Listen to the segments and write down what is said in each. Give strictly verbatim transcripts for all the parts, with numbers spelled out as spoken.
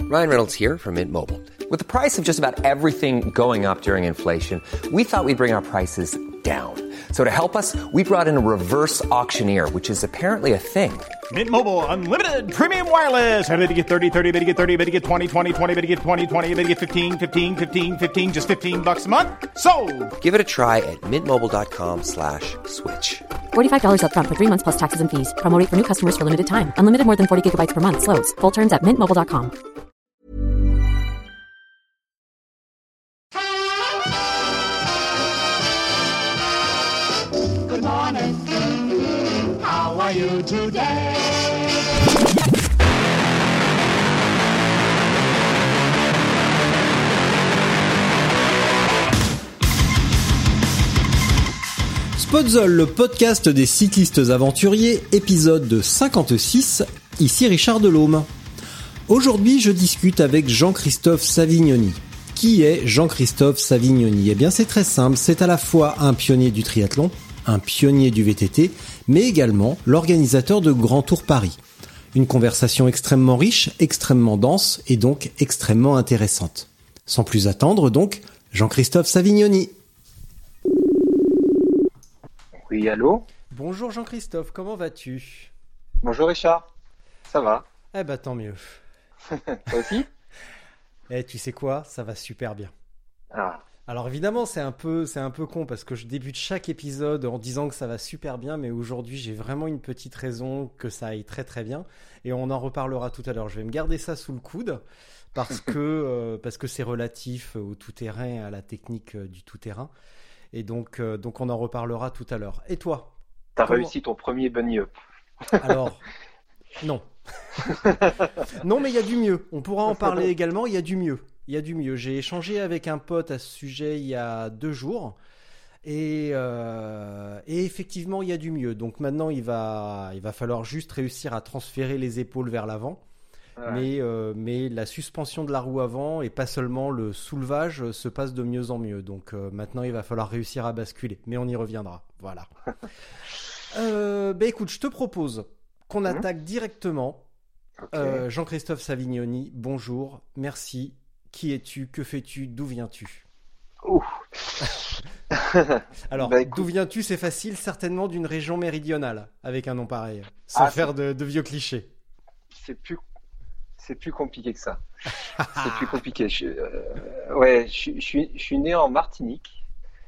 Ryan Reynolds here from Mint Mobile. With the price of just about everything going up during inflation, we thought we'd bring our prices down. So to help us, we brought in a reverse auctioneer, which is apparently a thing. Mint Mobile Unlimited Premium Wireless. How to get thirty, thirty, how to get thirty, how to get twenty, twenty, twenty, how to get twenty, twenty, how to get fifteen, fifteen, fifteen, fifteen, just fifteen bucks a month? Sold! Give it a try at mintmobile.com slash switch. forty-five dollars up front for three months plus taxes and fees. Promo rate for new customers for limited time. Unlimited more than forty gigabytes per month. Slows full terms at mint mobile dot com. Good morning. How are you today? Podzol, le podcast des cyclistes aventuriers, épisode cinquante-six, ici Richard Delhomme. Aujourd'hui, je discute avec Jean-Christophe Savignoni. Qui est Jean-Christophe Savignoni ? Eh bien, c'est très simple, c'est à la fois un pionnier du triathlon, un pionnier du V T T, mais également l'organisateur de Grand Tour Paris. Une conversation extrêmement riche, extrêmement dense et donc extrêmement intéressante. Sans plus attendre, donc, Jean-Christophe Savignoni. Oui, allô ? Bonjour Jean-Christophe, comment vas-tu ? Bonjour Richard, ça va ? Eh ben tant mieux. Toi aussi ? Eh, tu sais quoi ? Ça va super bien. Ah. Alors évidemment, c'est un peu, c'est un peu con parce que je débute chaque épisode en disant que ça va super bien, mais aujourd'hui, j'ai vraiment une petite raison que ça aille très très bien, et on en reparlera tout à l'heure. Je vais me garder ça sous le coude parce que euh, parce que c'est relatif au tout-terrain, à la technique euh, du tout-terrain. Et donc, euh, donc on en reparlera tout à l'heure. Et toi ? T'as comment... réussi ton premier bunny up. Alors, non. Non, mais il y a du mieux. On pourra en parler également. Il y a du mieux. Il y a du mieux. J'ai échangé avec un pote à ce sujet il y a deux jours. Et, euh, et effectivement, il y a du mieux. Donc maintenant, il va, il va falloir juste réussir à transférer les épaules vers l'avant. Ouais. Mais, euh, mais la suspension de la roue avant et pas seulement le soulevage se passe de mieux en mieux. Donc euh, maintenant, il va falloir réussir à basculer. Mais on y reviendra. Voilà. euh, bah écoute, je te propose qu'on attaque mmh. directement. Okay. Euh, Jean-Christophe Savignoni, bonjour, merci. Qui es-tu ? Que fais-tu ? D'où viens-tu ? Ouh. Alors, bah, d'où viens-tu ? C'est facile, certainement d'une région méridionale, avec un nom pareil, sans ah, faire de, de vieux clichés. C'est plus C'est plus compliqué que ça. C'est plus compliqué. Je, euh, ouais, je, je, suis, je suis né en Martinique.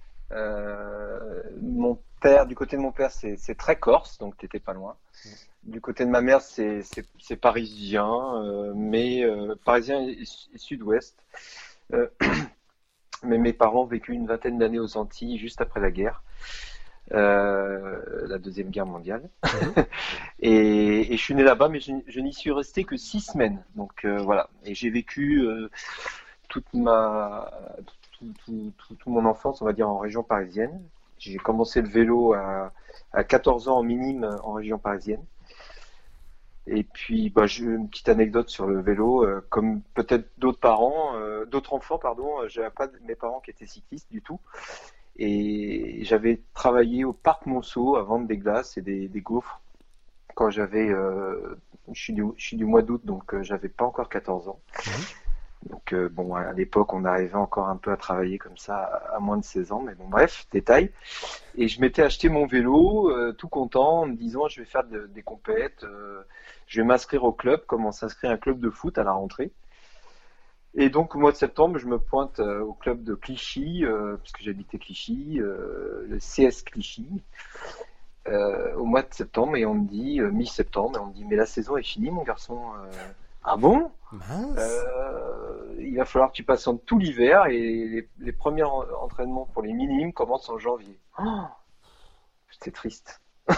Euh, mon père, du côté de mon père, c'est, c'est très corse, donc t'étais pas loin. Du côté de ma mère, c'est, c'est, c'est parisien, euh, mais euh, parisien et, et sud-ouest. Euh, mais mes parents ont vécu une vingtaine d'années aux Antilles, juste après la guerre. Euh, la deuxième guerre mondiale. Mmh. et, et je suis né là-bas, mais je, je n'y suis resté que six semaines. Donc euh, voilà. Et j'ai vécu euh, toute ma, tout, tout, tout, tout mon enfance, on va dire, en région parisienne. J'ai commencé le vélo à, à quatorze ans en minime en région parisienne. Et puis, bah, j'ai une petite anecdote sur le vélo. Euh, comme peut-être d'autres parents, euh, d'autres enfants, pardon, j'avais pas mes parents qui étaient cyclistes du tout. Et j'avais travaillé au parc Monceau à vendre des glaces et des, des gaufres quand j'avais, euh, je suis du, je suis du mois d'août, donc euh, j'avais pas encore quatorze ans. Mmh. Donc euh, bon, à l'époque, on arrivait encore un peu à travailler comme ça à, à moins de seize ans, mais bon, bref, détail. Et je m'étais acheté mon vélo, euh, tout content, en me disant, je vais faire de, des compètes, euh, je vais m'inscrire au club, comme on s'inscrit à un club de foot à la rentrée. Et donc, au mois de septembre, je me pointe euh, au club de Clichy, euh, parce que j'habitais Clichy, euh, le C S Clichy, euh, au mois de septembre, et on me dit, euh, mi-septembre, et on me dit, mais la saison est finie, mon garçon. Euh, ah bon ? euh, Il va falloir que tu patientes tout l'hiver, et les, les premiers en, entraînements pour les minimes commencent en janvier. Oh, c'était triste.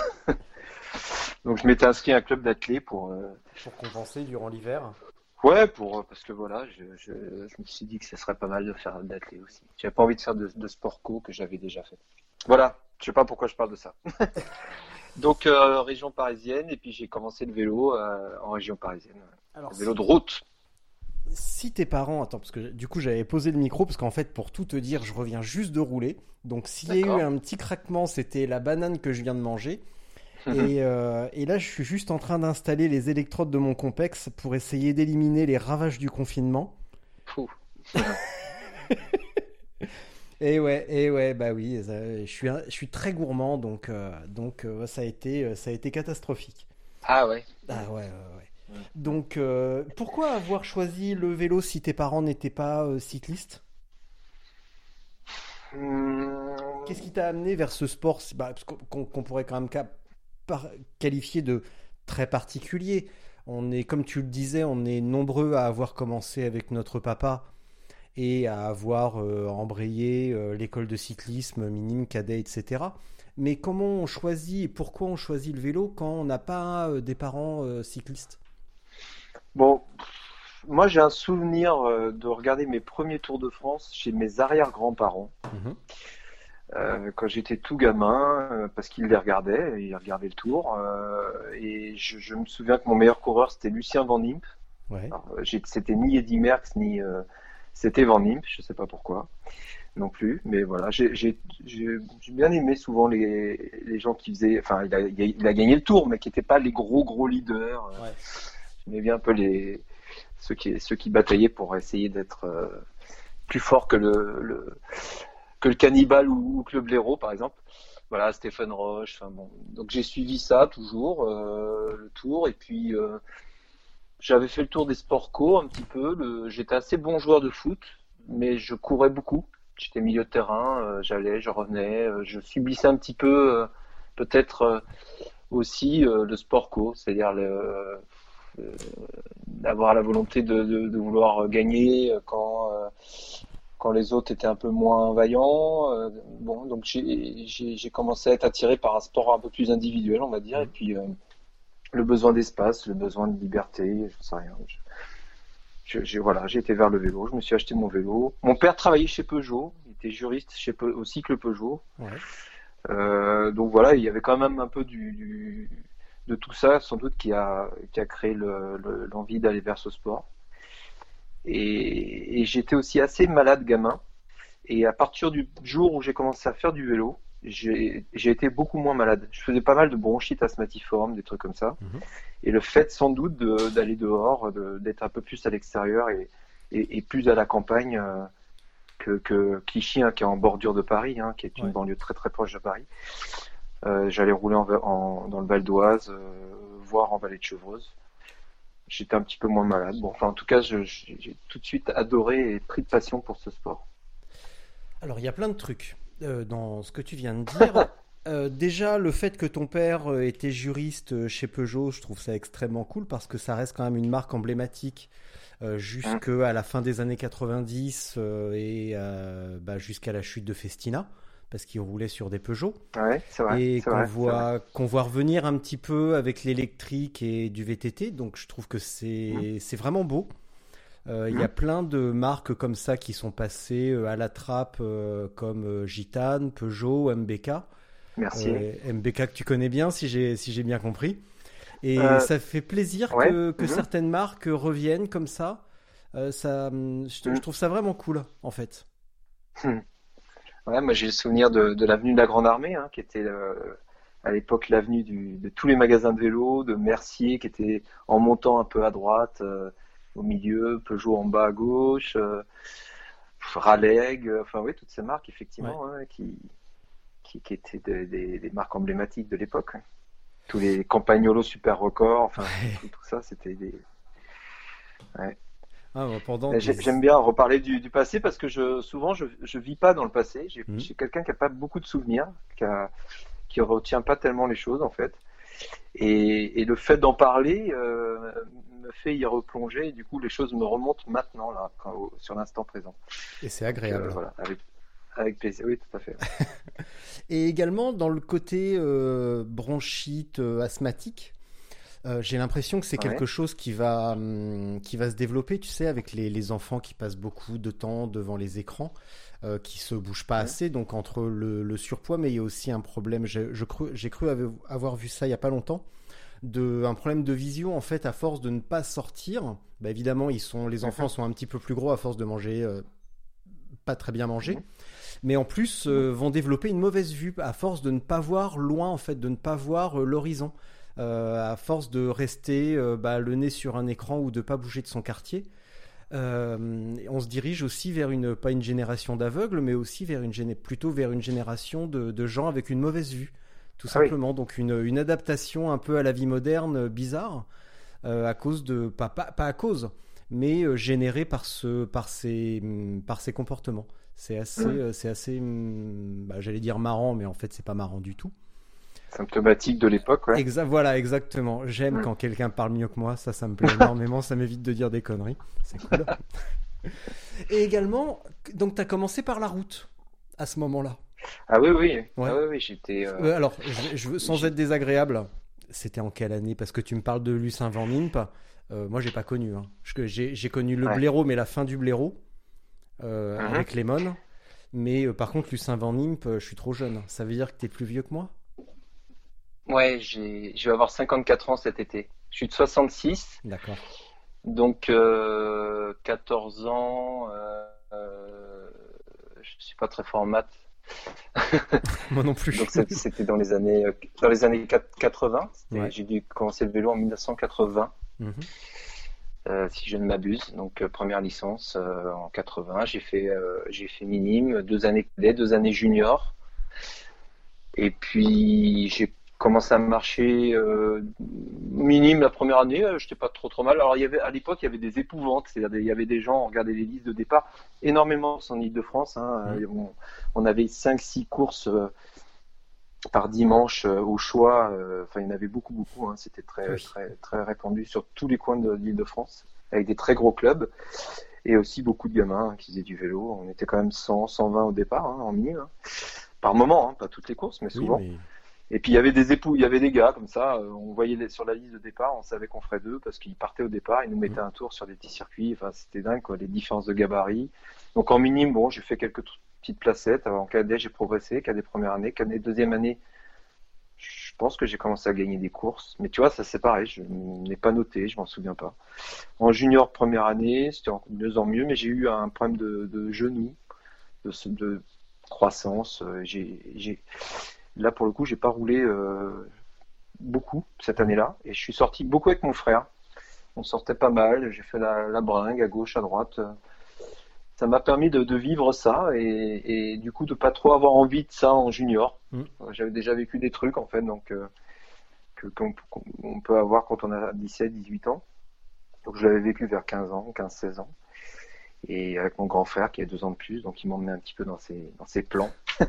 Donc, je m'étais inscrit à un club d'athlètes pour... Euh, pour compenser durant l'hiver. Ouais, pour, parce que voilà, je, je, je me suis dit que ce serait pas mal de faire d'athlé aussi. J'avais pas envie de faire de, de sport co que j'avais déjà fait. Voilà, je sais pas pourquoi je parle de ça. Donc, euh, région parisienne, et puis j'ai commencé le vélo euh, en région parisienne. Alors, le vélo si, de route. Si tes parents, attends, parce que du coup j'avais posé le micro, parce qu'en fait, pour tout te dire, je reviens juste de rouler. Donc, s'il y a eu un petit craquement, c'était la banane que je viens de manger. Et, euh, et là, je suis juste en train d'installer les électrodes de mon Compex pour essayer d'éliminer les ravages du confinement. Fou. Et ouais, et ouais, bah oui, ça, je suis, un- je suis très gourmand, donc, euh, donc euh, ça a été, ça a été catastrophique. Ah ouais. Ah ouais, ouais, ouais. Donc, euh, pourquoi avoir choisi le vélo si tes parents n'étaient pas euh, cyclistes? Hum, Qu'est-ce qui t'a amené vers ce sport, si- bah, parce qu'on qu'on- qu'on pourrait quand même ca- par- qualifier de très particulier? On est, comme tu le disais, on est nombreux à avoir commencé avec notre papa et à avoir euh, embrayé euh, l'école de cyclisme, minime, cadet, et cetera. Mais comment on choisit et pourquoi on choisit le vélo quand on n'a pas euh, des parents euh, cyclistes? Bon, moi j'ai un souvenir euh, de regarder mes premiers Tours de France chez mes arrière-grands-parents Mhm. euh, quand j'étais tout gamin, euh, parce qu'ils les regardaient, ils regardaient le Tour. Euh, et je, je me souviens que mon meilleur coureur c'était Lucien Van Impe. Ouais. Alors, euh, j'ai- c'était ni Eddy Merckx ni euh, c'était Van Impe, je sais pas pourquoi non plus, mais voilà, j'ai j'ai- j'ai- j'ai bien aimé souvent les, les gens qui faisaient, enfin il a, il a gagné le Tour, mais qui n'étaient pas les gros gros leaders. Ouais. J'aimais bien un peu les ceux qui ceux qui bataillaient pour essayer d'être euh, plus fort que le, le que le cannibale ou, ou que le blaireau par exemple. Voilà, Stéphane Roche. Enfin bon, donc j'ai suivi ça toujours euh, le Tour et puis euh, j'avais fait le tour des sports co un petit peu. Le- J'étais assez bon joueur de foot, mais je courais beaucoup. J'étais milieu de terrain, euh, j'allais, je revenais, euh, je subissais un petit peu euh, peut-être euh, aussi euh, le sport co, c'est-à-dire le, euh, d'avoir la volonté de, de- de vouloir gagner euh, quand, euh, quand les autres étaient un peu moins vaillants. Euh, bon, donc j'ai j'ai- j'ai commencé à être attiré par un sport un peu plus individuel, on va dire, et puis euh, le besoin d'espace, le besoin de liberté, je sais rien. Je- je- j'ai voilà, j'ai été vers le vélo, je me suis acheté mon vélo. Mon père travaillait chez Peugeot, il était juriste chez Pe- au cycle Peugeot. Ouais. Euh, donc voilà, il y avait quand même un peu du, du- de tout ça, sans doute, qui a, qui a créé le- le- l'envie d'aller vers ce sport. Et, et j'étais aussi assez malade gamin. Et à partir du jour où j'ai commencé à faire du vélo, j'ai j'ai été beaucoup moins malade. Je faisais pas mal de bronchites asthmatiformes, des trucs comme ça. Mhm. Et le fait sans doute de- d'aller dehors, de- d'être un peu plus à l'extérieur et, et- et plus à la campagne euh, que, que Clichy, hein, qui est en bordure de Paris, hein, qui est une Ouais. banlieue très très proche de Paris. Euh, j'allais rouler en, en- dans le Val d'Oise, euh, voire en vallée de Chevreuse. J'étais un petit peu moins malade. Bon, enfin, en tout cas, je- j'ai j'ai tout de suite adoré et pris de passion pour ce sport. Alors, il y a plein de trucs euh, dans ce que tu viens de dire. Euh, déjà, le fait que ton père euh, était juriste euh, chez Peugeot, je trouve ça extrêmement cool parce que ça reste quand même une marque emblématique euh, jusqu'à la fin des années quatre-vingt-dix euh, et euh, bah, jusqu'à la chute de Festina parce qu'il roulait sur des Peugeot. Ouais, c'est vrai. Et c'est qu'on vrai, c'est vrai. voit, qu'on voit revenir un petit peu avec l'électrique et du V T T. Donc je trouve que c'est c'est vraiment beau. Euh, Il y a plein de marques comme ça qui sont passées euh, à la trappe, euh, comme euh, Gitane, Peugeot, M B K. Merci. Euh, M B K que tu connais bien, si j'ai si j'ai bien compris. Et Euh, ça fait plaisir ouais, que, que mhm. certaines marques reviennent comme ça. Euh, ça, hum, je, Mhm. je trouve ça vraiment cool, en fait. Ouais, moi j'ai le souvenir de, de l'avenue de la Grande Armée, hein, qui était euh, à l'époque l'avenue du- de tous les magasins de vélo, de Mercier qui était en montant un peu à droite, euh, au milieu, Peugeot en bas à gauche, euh, Raleigh, euh, enfin oui, toutes ces marques effectivement, hein, qui, qui, qui étaient des, des- des marques emblématiques de l'époque. Hein. Tous les Campagnolos Super Record, enfin Ouais. tout, tout ça, c'était des. Ouais. Ah, bah, pendant Euh, j'ai- des- J'aime bien reparler du, du passé parce que je, souvent je, je vis pas dans le passé. J'ai Mhm. j'ai quelqu'un qui a pas beaucoup de souvenirs, qui a, qui retient pas tellement les choses en fait. Et, et le fait d'en parler euh, me fait y replonger. Et du coup, les choses me remontent maintenant là, quand- au- sur l'instant présent. Et c'est Donc, agréable. euh, voilà, avec, avec plaisir. Oui, tout à fait. Et également dans le côté euh, bronchite euh, asthmatique, euh, j'ai l'impression que c'est Ouais. quelque chose qui va, hum, qui va se développer, tu sais, avec les, les enfants qui passent beaucoup de temps devant les écrans, euh, qui se bougent pas Ouais. assez, donc entre le, le surpoids, mais il y a aussi un problème, je, je cru- j'ai cru ave- avoir vu ça il y a pas longtemps, de, un problème de vision en fait à force de ne pas sortir. Bah, évidemment, ils sont, les enfants sont un petit peu plus gros à force de manger euh, pas très bien manger, mais en plus euh, vont développer une mauvaise vue à force de ne pas voir loin, en fait, de ne pas voir euh, l'horizon, euh, à force de rester euh, bah, le nez sur un écran ou de pas bouger de son quartier. Euh, on se dirige aussi vers une, pas une génération d'aveugles, mais aussi vers une géné- plutôt vers une génération de, de gens avec une mauvaise vue, tout Ah oui. simplement. Donc une, une adaptation un peu à la vie moderne, euh, bizarre, euh, à cause de, pas, pas, pas à cause, mais euh, générée par, ce, par, ces, hum, par ces comportements. C'est assez, Mm. euh, c'est assez hum, bah, j'allais dire marrant, mais en fait c'est pas marrant du tout. Symptomatique de l'époque, ouais. Exa- voilà, exactement. J'aime Mm. quand quelqu'un parle mieux que moi, ça, ça me plaît énormément, ça m'évite de dire des conneries. C'est cool. Et également, donc tu as commencé par la route à ce moment-là. Ah oui, oui. Ouais. Ah oui, oui, j'étais. euh, Euh, alors, je, je veux, sans être désagréable, c'était en quelle année? Parce que tu me parles de Lucin Van Impe. Euh, moi, j'ai pas connu. Hein. Je- J'ai j'ai connu le Ouais. blaireau, mais la fin du blaireau, euh, Mhm. avec Lemon. Mais euh, par contre, Lucin Van Impe, euh, je suis trop jeune. Ça veut dire que tu es plus vieux que moi? Ouais, j'ai, je vais avoir cinquante-quatre ans cet été. Je suis de soixante-six, D'accord. donc euh, quatorze ans. Euh, euh, je suis pas très fort en maths, Moi non plus. donc c'est- c'était dans les années, euh, dans les années quatre-vingts. C'était- Ouais. J'ai dû commencer le vélo en mille neuf cent quatre-vingts, Mhm. euh, si je ne m'abuse. Donc euh, première licence euh, en quatre-vingts. J'ai fait, euh, j'ai fait minime, deux années cadet, deux années junior. Et puis j'ai commencé à marcher euh, minime la première année, euh, j'étais pas trop trop mal. Alors il y avait à l'époque il y avait des épouvantes, c'est-à-dire des- il y avait des gens, on regardait les listes de départ, énormément en Île-de-France. Hein, Mhm. euh, on, on avait cinq six courses euh, par dimanche euh, au choix. euh, Enfin il y en avait beaucoup beaucoup. Hein, c'était très Oui. très très répandu sur tous les coins de l'Île-de-France, avec des très gros clubs et aussi beaucoup de gamins hein, qui faisaient du vélo. On était quand même cent cent vingt au départ hein, en minime, hein. Par moment, hein, pas toutes les courses, mais Oui, souvent. mais Et puis il y avait des époux, il y avait des gars comme ça, euh, on voyait les- sur la liste de départ, on savait qu'on ferait deux parce qu'ils partaient au départ, ils nous mettaient un tour sur des petits circuits, enfin c'était dingue quoi, les différences de gabarit. Donc en minime, bon, j'ai fait quelques tr- petites placettes, en cadet j'ai progressé, cadet première année, cadet deuxième année, je pense que j'ai commencé à gagner des courses, mais tu vois, ça c'est pareil, je n'ai pas noté, je m'en souviens pas. En junior première année, c'était en deux ans mieux, mais j'ai eu un problème de, de genou, de, ce- de croissance, euh, j'ai, j'ai, là pour le coup, j'ai pas roulé euh, beaucoup cette année-là, et je suis sorti beaucoup avec mon frère. On sortait pas mal, j'ai fait la, la bringue à gauche, à droite. Ça m'a permis de, de vivre ça et, et du coup de pas trop avoir envie de ça en junior. Mm. J'avais déjà vécu des trucs en fait, donc euh, que qu'on qu'on- on peut avoir quand on a dix-sept, dix-huit ans. Donc je l'avais vécu vers quinze ans, quinze, seize ans. Et avec mon grand frère qui a deux ans de plus, donc il m'emmenait un petit peu dans ses, dans ses plans.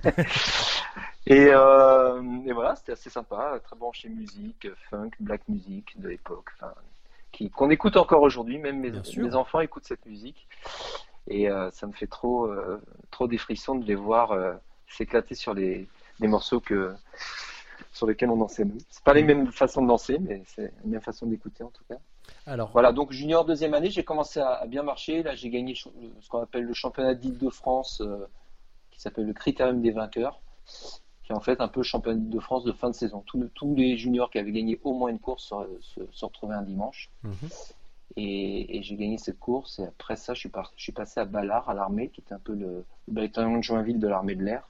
Et, euh, et voilà, c'était assez sympa, très branché musique, funk, black music de l'époque, enfin, qui, qu'on écoute encore aujourd'hui, même mes, Bien sûr. mes enfants écoutent cette musique. Et euh, ça me fait trop, euh, trop des frissons de les voir euh, s'éclater sur les, les morceaux que, sur lesquels on dansait nous. C'est pas les mêmes façons de danser, mais c'est la même façon d'écouter en tout cas. alors, Voilà, donc junior deuxième année, j'ai commencé à, à bien marcher. Là, j'ai gagné ch- ce qu'on appelle le championnat d'Île-de-France, euh, qui s'appelle le Critérium des vainqueurs, qui est en fait un peu le championnat d'Île-de-France de fin de saison. Tous, le- tous les juniors qui avaient gagné au moins une course se, se, se retrouvaient un dimanche. mhm. Et, et j'ai gagné cette course. Et après ça, je suis, par- je suis passé à Ballard, à l'armée, qui était un peu le, le bataillon de Joinville de l'armée de l'air.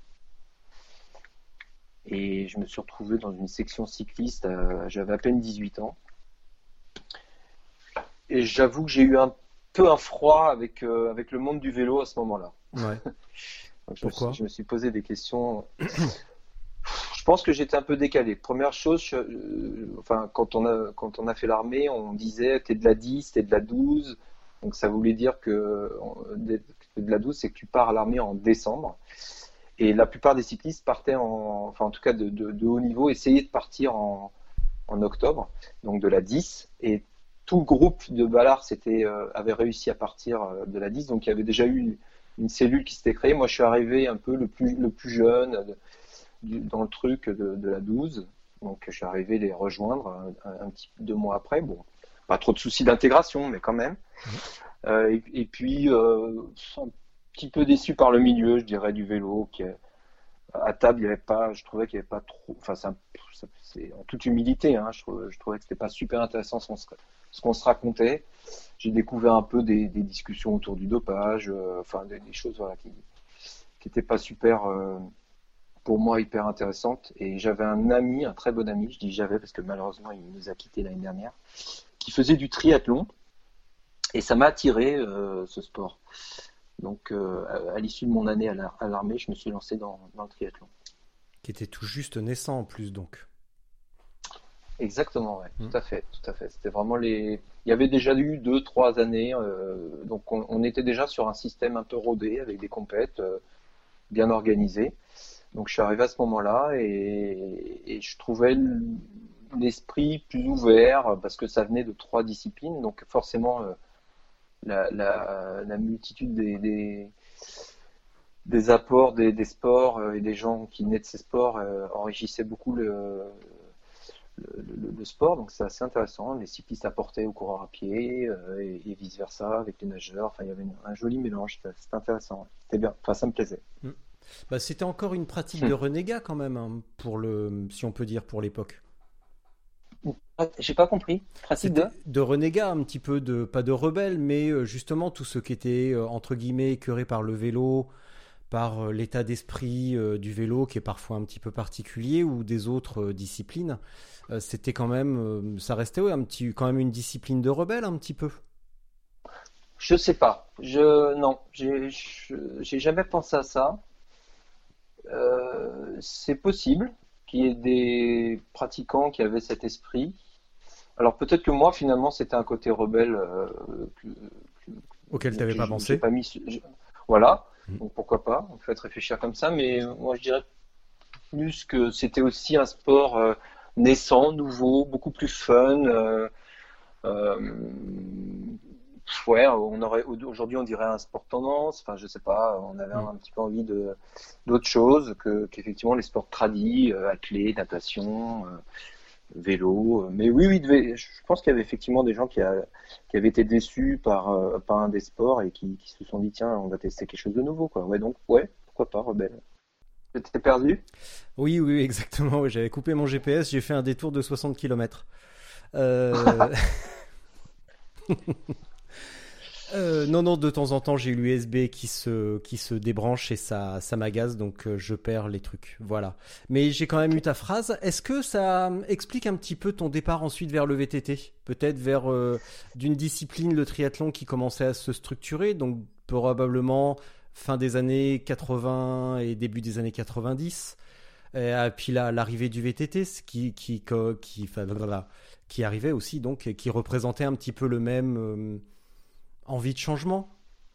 Et je me suis retrouvé dans une section cycliste. euh, j'avais à peine dix-huit ans. Et j'avoue que j'ai eu un peu un froid avec, euh, avec le monde du vélo à ce moment-là. Ouais. Donc, je, me Pourquoi suis, je me suis posé des questions. Je pense que j'étais un peu décalé. Première chose, je- euh, enfin, quand on a, quand on a fait l'armée, on disait t'es de la dix, t'es de la douze. Donc ça voulait dire que euh, d'être- que de la douze, c'est que tu pars à l'armée en décembre. Et la plupart des cyclistes partaient en, enfin en tout cas de, de, de haut niveau, essayaient de partir en, en octobre, donc de la dix. Et tout le groupe de Ballard s'était, euh, avait réussi à partir euh, de la dix. Donc il y avait déjà eu une, une cellule qui s'était créée. Moi je suis arrivé un peu le plus, le plus jeune de- du- dans le truc de, de la douze. Donc je suis arrivé les rejoindre un, un- un petit deux mois après. Bon, pas trop de soucis d'intégration, mais quand même. Euh, et, et puis euh, un petit peu déçu par le milieu, je dirais, du vélo. Qui est- à table, il y avait pas, je trouvais qu'il n'y avait pas trop. Enfin, c'est, un- ça- c'est en toute humilité, hein, je, trouvais, je trouvais que c'était pas super intéressant ce qu'on se, ce qu'on se racontait. J'ai découvert un peu des, des discussions autour du dopage, euh, enfin des, des choses voilà qui, qui n'était pas super, euh, pour moi, hyper intéressante. Et j'avais un ami, un très bon ami, je dis j'avais parce que malheureusement il nous a quittés l'année dernière, qui faisait du triathlon. Et ça m'a attiré euh, ce sport. Donc euh, à, à l'issue de mon année à, la, à l'armée, je me suis lancé dans, dans le triathlon. Qui était tout juste naissant en plus, donc. Exactement, ouais, Mm. tout à fait, tout à fait. C'était vraiment les. Il y avait déjà eu deux, trois années, euh, donc on, on était déjà sur un système un peu rodé avec des compètes euh, bien organisées. Donc je suis arrivé à ce moment-là et, et je trouvais l'esprit plus ouvert parce que ça venait de trois disciplines, donc forcément euh, la, la, la multitude des, des, des apports des, des sports euh, et des gens qui venaient de ces sports euh, enrichissait beaucoup le, le, le, le sport, donc c'est assez intéressant. Les cyclistes apportaient aux coureurs à pied euh, et, et vice-versa avec les nageurs. Enfin, il y avait une- un joli mélange, c'était c'était intéressant. C'était bien, enfin ça me plaisait. Mm. Bah, c'était encore une pratique de renégat quand même, hein, pour le, si on peut dire, pour l'époque. J'ai pas compris. Pratique de? C'était de renégat, un petit peu de, pas de rebelle, mais euh, justement tout ce qui était euh, entre guillemets écœuré par le vélo, par euh, l'état d'esprit euh, du vélo qui est parfois un petit peu particulier ou des autres euh, disciplines. Euh, c'était quand même, euh, ça restait ouais, un petit, quand même une discipline de rebelle un petit peu. Je sais pas. Je non, j'ai je- j'ai jamais pensé à ça. Euh, c'est possible qu'il y ait des pratiquants qui avaient cet esprit. Alors peut-être que moi finalement c'était un côté rebelle euh, que, que- Auquel tu donc, n'avais pas j'ai j'ai pensé. pas mis. ce- je- voilà. Mm. Donc pourquoi pas? On peut réfléchir comme ça, mais moi je dirais plus que c'était aussi un sport euh, naissant, nouveau, beaucoup plus fun. euh, euh, Ouais, on aurait aujourd'hui on dirait un sport tendance. Enfin, je sais pas, on avait Mm. un petit peu envie de d'autre chose que qu'effectivement les sports tradis, euh, athlé, natation, euh, vélo. euh. Mais oui, oui, devait- je pense qu'il y avait effectivement des gens qui, a- qui avaient été déçus par euh, par un des sports et qui, qui se sont dit tiens, on va tester quelque chose de nouveau, quoi. Ouais, donc ouais, pourquoi pas, rebelle. T'es perdu? Oui, oui, exactement. Oui, j'avais coupé mon G P S, j'ai fait un détour de soixante kilomètres. Euh... Euh, non, non, de temps en temps, j'ai l'U S B qui se, qui se débranche et ça, ça m'agace, donc euh, je perds les trucs. Voilà. Mais j'ai quand même eu ta phrase. Est-ce que ça euh, explique un petit peu ton départ ensuite vers le V T T? Peut-être vers euh, d'une discipline, le triathlon, qui commençait à se structurer, donc probablement fin des années quatre-vingts et début des années quatre-vingt-dix. Et puis là, l'arrivée du V T T, ce qui, qui, qui, qui, enfin, blablabla, qui arrivait aussi, donc, et qui représentait un petit peu le même. Euh, envie de changement?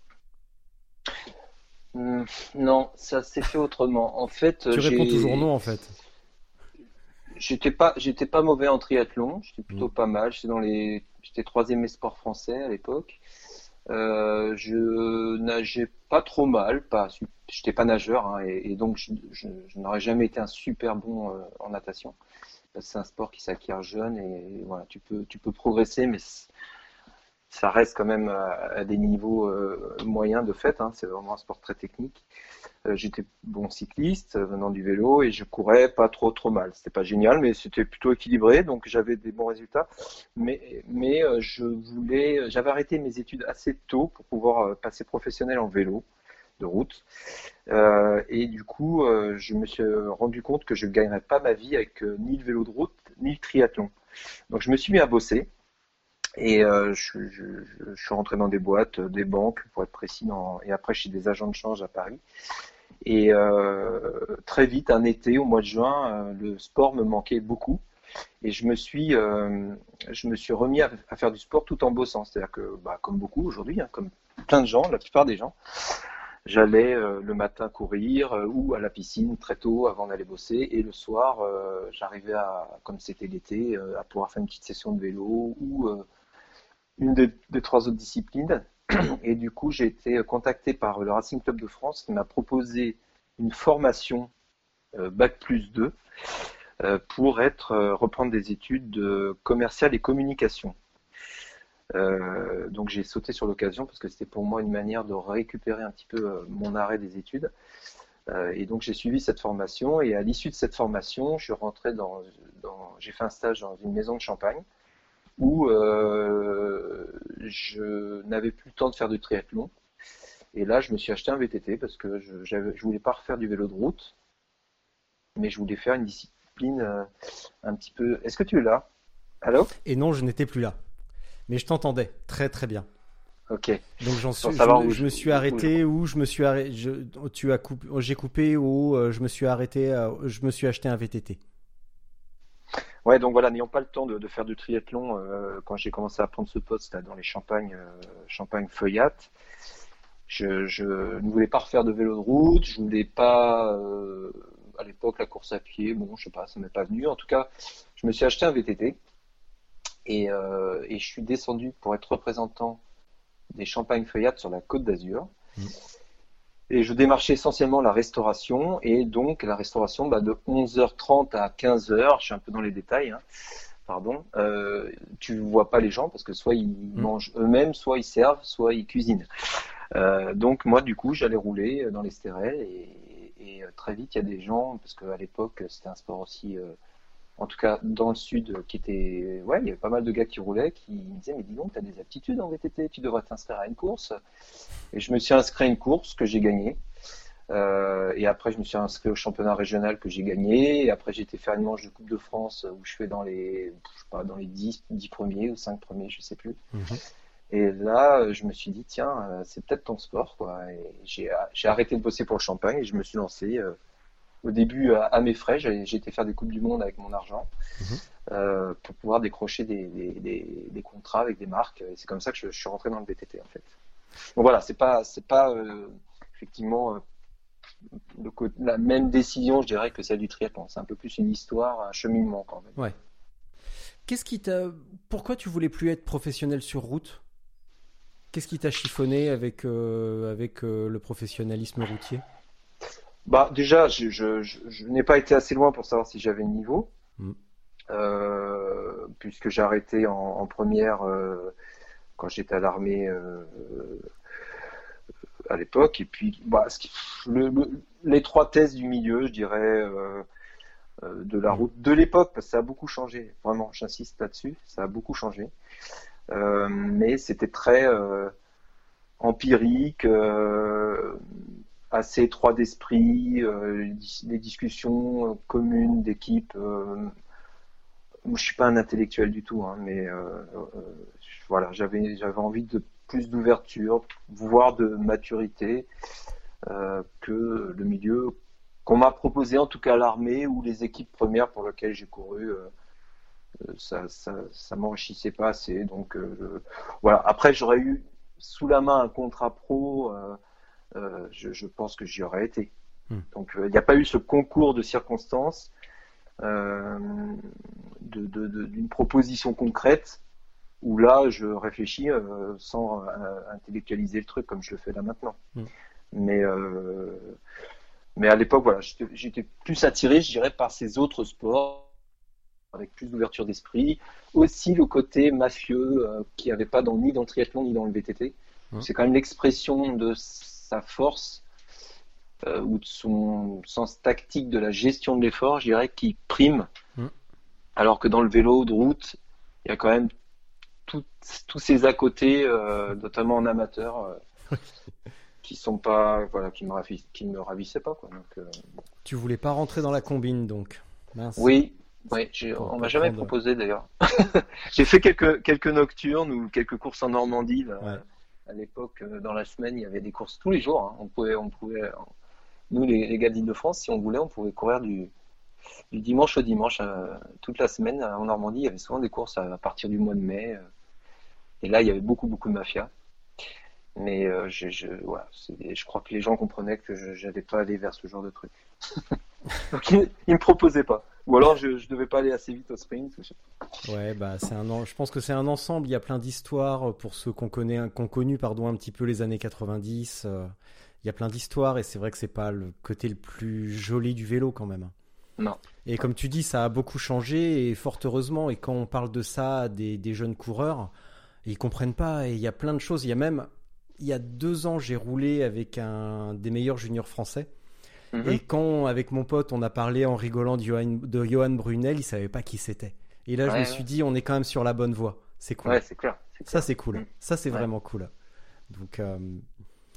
Hmm, non, ça s'est fait autrement. En fait, euh, Tu réponds toujours j'ai non, en fait. j'étais pas j'étais pas mauvais en triathlon, j'étais Mm. plutôt pas mal. J'étais dans les j'étais troisième sport français à l'époque. Euh, je nageais pas trop mal, pas su- j'étais pas nageur hein, et, et donc je, je- je n'aurais jamais été un super bon euh, en natation. Parce que c'est un sport qui s'acquiert jeune et voilà, tu peux tu peux progresser, mais c- ça reste quand même à, à des niveaux euh, moyens de fait. Hein, c'est vraiment un sport très technique. Euh, j'étais bon cycliste euh, venant du vélo et je courais pas trop trop mal. C'était pas génial, mais c'était plutôt équilibré, donc j'avais des bons résultats. Mais mais euh, je voulais, j'avais arrêté mes études assez tôt pour pouvoir euh, passer professionnel en vélo de route. Euh, et du coup, euh, je me suis rendu compte que je ne gagnerais pas ma vie avec euh, ni le vélo de route ni le triathlon. Donc je me suis mis à bosser. Et euh, je, je, je, je suis rentré dans des boîtes, des banques, pour être précis, dans, et après chez des agents de change à Paris. Et euh, très vite, un été, au mois de juin, euh, le sport me manquait beaucoup. Et je me suis, euh, je me suis remis à, à faire du sport tout en bossant. C'est-à-dire que, bah, comme beaucoup aujourd'hui, hein, comme plein de gens, la plupart des gens, j'allais euh, le matin courir euh, ou à la piscine très tôt avant d'aller bosser. Et le soir, euh, j'arrivais à, comme c'était l'été, euh, à pouvoir faire une petite session de vélo ou euh, une des, des trois autres disciplines. Et du coup, j'ai été contacté par le Racing Club de France qui m'a proposé une formation euh, Bac plus deux euh, pour être, euh, reprendre des études de commercial et communication. Euh, donc j'ai sauté sur l'occasion parce que c'était pour moi une manière de récupérer un petit peu euh, mon arrêt des études. Euh, et donc j'ai suivi cette formation et à l'issue de cette formation, je suis rentré dans, dans j'ai fait un stage dans une maison de champagne où euh, je n'avais plus le temps de faire du triathlon. Et là, je me suis acheté un V T T parce que je j'avais, je voulais pas refaire du vélo de route, mais je voulais faire une discipline euh, un petit peu. Est-ce que tu es là? Allô? Et non, je n'étais plus là. Mais je t'entendais très très bien. Ok. Donc j'en suis, je, je, je me suis arrêté où je me suis arrêté, je, tu as coupé, j'ai coupé où euh, je me suis arrêté, euh, je me suis acheté un V T T. Ouais, donc voilà, n'ayant pas le temps de, de faire du triathlon, euh, quand j'ai commencé à prendre ce poste là dans les Champagnes, euh, Champagne Feuillat, je, je ne voulais pas refaire de vélo de route, je voulais pas, euh, à l'époque, la course à pied, bon, je sais pas, ça m'est pas venu. En tout cas, je me suis acheté un V T T et, euh, et je suis descendu pour être représentant des Champagnes Feuillat sur la Côte d'Azur. Mmh. Et je démarchais essentiellement la restauration, et donc la restauration bah, de onze heures trente à quinze heures, je suis un peu dans les détails, hein, pardon, euh, tu ne vois pas les gens parce que soit ils mmh. mangent eux-mêmes, soit ils servent, soit ils cuisinent. Euh, donc moi du coup j'allais rouler dans les stérelles, et, et très vite il y a des gens, parce qu'à l'époque c'était un sport aussi, euh, en tout cas dans le sud, qui était, ouais, il y avait pas mal de gars qui roulaient, qui me disaient mais dis donc, tu as des aptitudes en V T T, tu devrais t'inscrire à une course. Et je me suis inscrit à une course que j'ai gagnée. Euh, et après je me suis inscrit au championnat régional que j'ai gagné. Et après j'ai été faire une manche de Coupe de France où je fais dans les, je sais pas, dans les dix, dix premiers ou cinq premiers, je sais plus. Mm-hmm. Et là je me suis dit tiens, c'est peut-être ton sport, quoi. Et j'ai, j'ai arrêté de bosser pour le Champagne et je me suis lancé. Euh, Au début, à, à mes frais, j'ai, j'ai été faire des Coupes du Monde avec mon argent mmh. euh, pour pouvoir décrocher des, des, des, des contrats avec des marques. Et c'est comme ça que je, je suis rentré dans le V T T, en fait. Donc voilà, c'est pas, c'est pas euh, effectivement euh, le, la même décision, je dirais, que celle du triathlon. C'est un peu plus une histoire, un cheminement quand même. Ouais. Qu'est-ce qui t'a, pourquoi tu voulais plus être professionnel sur route? Qu'est-ce qui t'a chiffonné avec euh, avec euh, le professionnalisme routier? Bah déjà, je, je, je, je n'ai pas été assez loin pour savoir si j'avais le niveau, mmh. euh, puisque j'ai arrêté en, en première euh, quand j'étais à l'armée euh, à l'époque. Et puis, bah, ce qui, le, le, l'étroitesse du milieu, je dirais, euh, euh, de la route de l'époque, parce que ça a beaucoup changé. Vraiment, j'insiste là-dessus, ça a beaucoup changé. Euh, mais c'était très euh, empirique. Euh, assez étroit d'esprit, euh, les discussions euh, communes d'équipe. Euh, moi, je suis pas un intellectuel du tout, hein, mais euh, euh, voilà, j'avais j'avais envie de plus d'ouverture, voire de maturité euh, que le milieu qu'on m'a proposé, en tout cas l'armée ou les équipes premières pour lesquelles j'ai couru. Euh, ça, ça, ça m'enrichissait pas assez. Donc euh, voilà. Après, j'aurais eu sous la main un contrat pro. Euh, Euh, je, je pense que j'y aurais été. Mmh. Donc il euh, n'y a pas eu ce concours de circonstances euh, de, de, de, d'une proposition concrète où là je réfléchis euh, sans euh, intellectualiser le truc comme je le fais là maintenant. Mmh. Mais, euh, mais à l'époque, voilà, j'étais, j'étais plus attiré, je dirais, par ces autres sports avec plus d'ouverture d'esprit. Aussi le côté mafieux euh, qu'il n'y avait pas dans, ni dans le triathlon ni dans le V T T. Mmh. C'est quand même l'expression de sa force euh, ou de son sens tactique de la gestion de l'effort, je dirais, qui prime. Mmh. Alors que dans le vélo de route, il y a quand même tous ces à côté, euh, notamment en amateur, euh, qui sont pas, voilà, qui me ravissent, qui me ravissaient pas, quoi. Donc, euh, bon. Tu voulais pas rentrer dans la combine, donc. Mince. Oui. Oui, j'ai, on m'a jamais prendre... proposé d'ailleurs. J'ai fait quelques quelques nocturnes ou quelques courses en Normandie. Là. Ouais. À l'époque, dans la semaine, il y avait des courses tous les jours. Hein. On pouvait, on pouvait, nous les, les gars d'Île-de-France, si on voulait, on pouvait courir du, du dimanche au dimanche euh, toute la semaine en Normandie. Il y avait souvent des courses à, à partir du mois de mai. Euh, et là, il y avait beaucoup beaucoup de mafia. Mais euh, je, je, voilà, c'est, je crois que les gens comprenaient que je n'allais pas aller vers ce genre de truc. Donc ils ne me proposaient pas. Ou alors je ne devais pas aller assez vite au sprint. Ouais, bah c'est un, je pense que c'est un ensemble. Il y a plein d'histoires pour ceux qu'on connaît, qu'on connu, pardon, un petit peu les années quatre-vingt-dix. Euh, il y a plein d'histoires et c'est vrai que c'est pas le côté le plus joli du vélo quand même. Non. Et comme tu dis, ça a beaucoup changé et fort heureusement. Et quand on parle de ça à des, des jeunes coureurs, ils comprennent pas. Et il y a plein de choses. Il y a même, il y a deux ans, j'ai roulé avec un des meilleurs juniors français. Mmh. Et quand, avec mon pote, on a parlé en rigolant de Johan, de Johan Brunel, il savait pas qui c'était. Et là, ouais, je me ouais. suis dit, on est quand même sur la bonne voie. C'est cool. Ouais, c'est clair. C'est clair. Ça, c'est cool. Mmh. Ça, c'est ouais. vraiment cool. Donc, euh...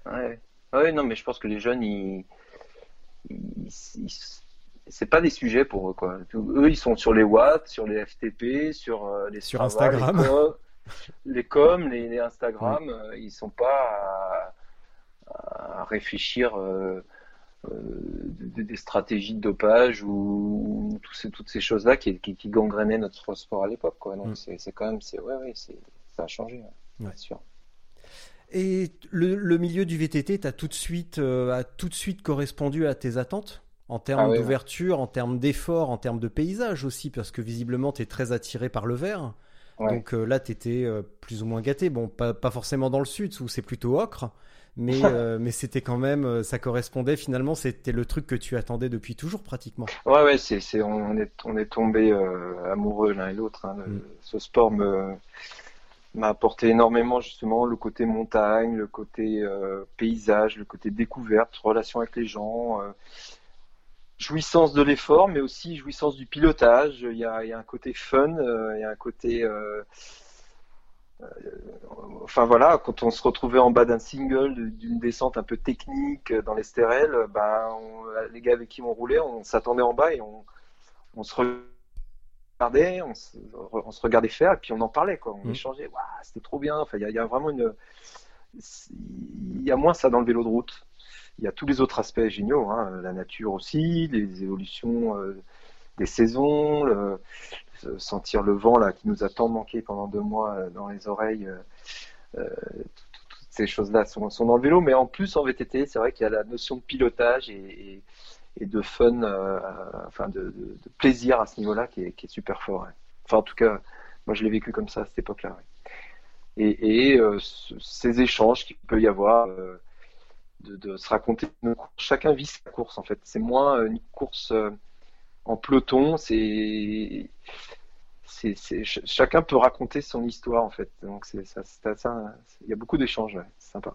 Ouais. Ouais, non, mais je pense que les jeunes, ils, ils- ils- c'est pas des sujets pour eux, quoi. Tout- Eux, ils sont sur les watts, sur les F T P, sur euh, les Sur Strava, les Instagram. com, les com, les, les Mm. Instagram. euh, Ils sont pas à, à réfléchir euh, euh, des, des stratégies de dopage ou tous ces- toutes ces choses-là qui, qui, qui gangrénaient notre sport à l'époque, quoi. Donc Mm. c'est c'est quand même, c'est ouais, ouais, c'est ça a changé, ouais, Ouais. c'est sûr. Et le, le milieu du V T T t'as tout de suite, euh, a tout de suite correspondu à tes attentes en Ah termes ouais, ouais. d'ouverture, en termes d'effort, en termes de paysage aussi, parce que visiblement tu es très attiré par le vert. Ouais. Donc euh, là, tu étais plus ou moins gâté. Bon, pas, pas forcément dans le sud, où c'est plutôt ocre, mais, euh, mais c'était quand même, euh, ça correspondait finalement, c'était le truc que tu attendais depuis toujours pratiquement. Ouais, ouais, c'est, c'est, on est, on est tombé euh, amoureux l'un et l'autre, hein. Le- Mm. ce sport me, m'a apporté énormément justement le côté montagne, le côté euh, paysage, le côté découverte, relation avec les gens, euh, jouissance de l'effort, mais aussi jouissance du pilotage. Il y a, il y a un côté fun, euh, il y a un côté, euh, enfin voilà, quand on se retrouvait en bas d'un single, d'une descente un peu technique euh, dans les stérelles, ben, on- les gars avec qui on roulait, on s'attendait en bas et on, on se regardait, on se, on se regardait faire et puis on en parlait, quoi. On Mm. échangeait. Waouh, c'était trop bien. Enfin, il y a, il y a vraiment une, il y a moins ça dans le vélo de route. Il y a tous les autres aspects géniaux, hein, la nature aussi, les évolutions euh, des saisons, le, le- sentir le vent là qui nous a tant manqué pendant deux mois euh, dans les oreilles. euh, euh, toutes ces choses-là sont, sont dans le vélo, mais en plus en V T T, c'est vrai qu'il y a la notion de pilotage et, et- et de fun, euh, enfin de, de- de plaisir à ce niveau-là qui est, qui est super fort, ouais. Enfin, en tout cas, moi je l'ai vécu comme ça à cette époque-là, ouais. Et, et, euh, ce- ces échanges qu'il peut y avoir, euh, de, de se raconter nos courses. Chacun vit sa course en fait. C'est moins euh, une course euh, en peloton, c'est c'est, c'est, ch- chacun peut raconter son histoire en fait. Donc c'est ça, c'est ça, il y a beaucoup d'échanges, ouais. C'est sympa.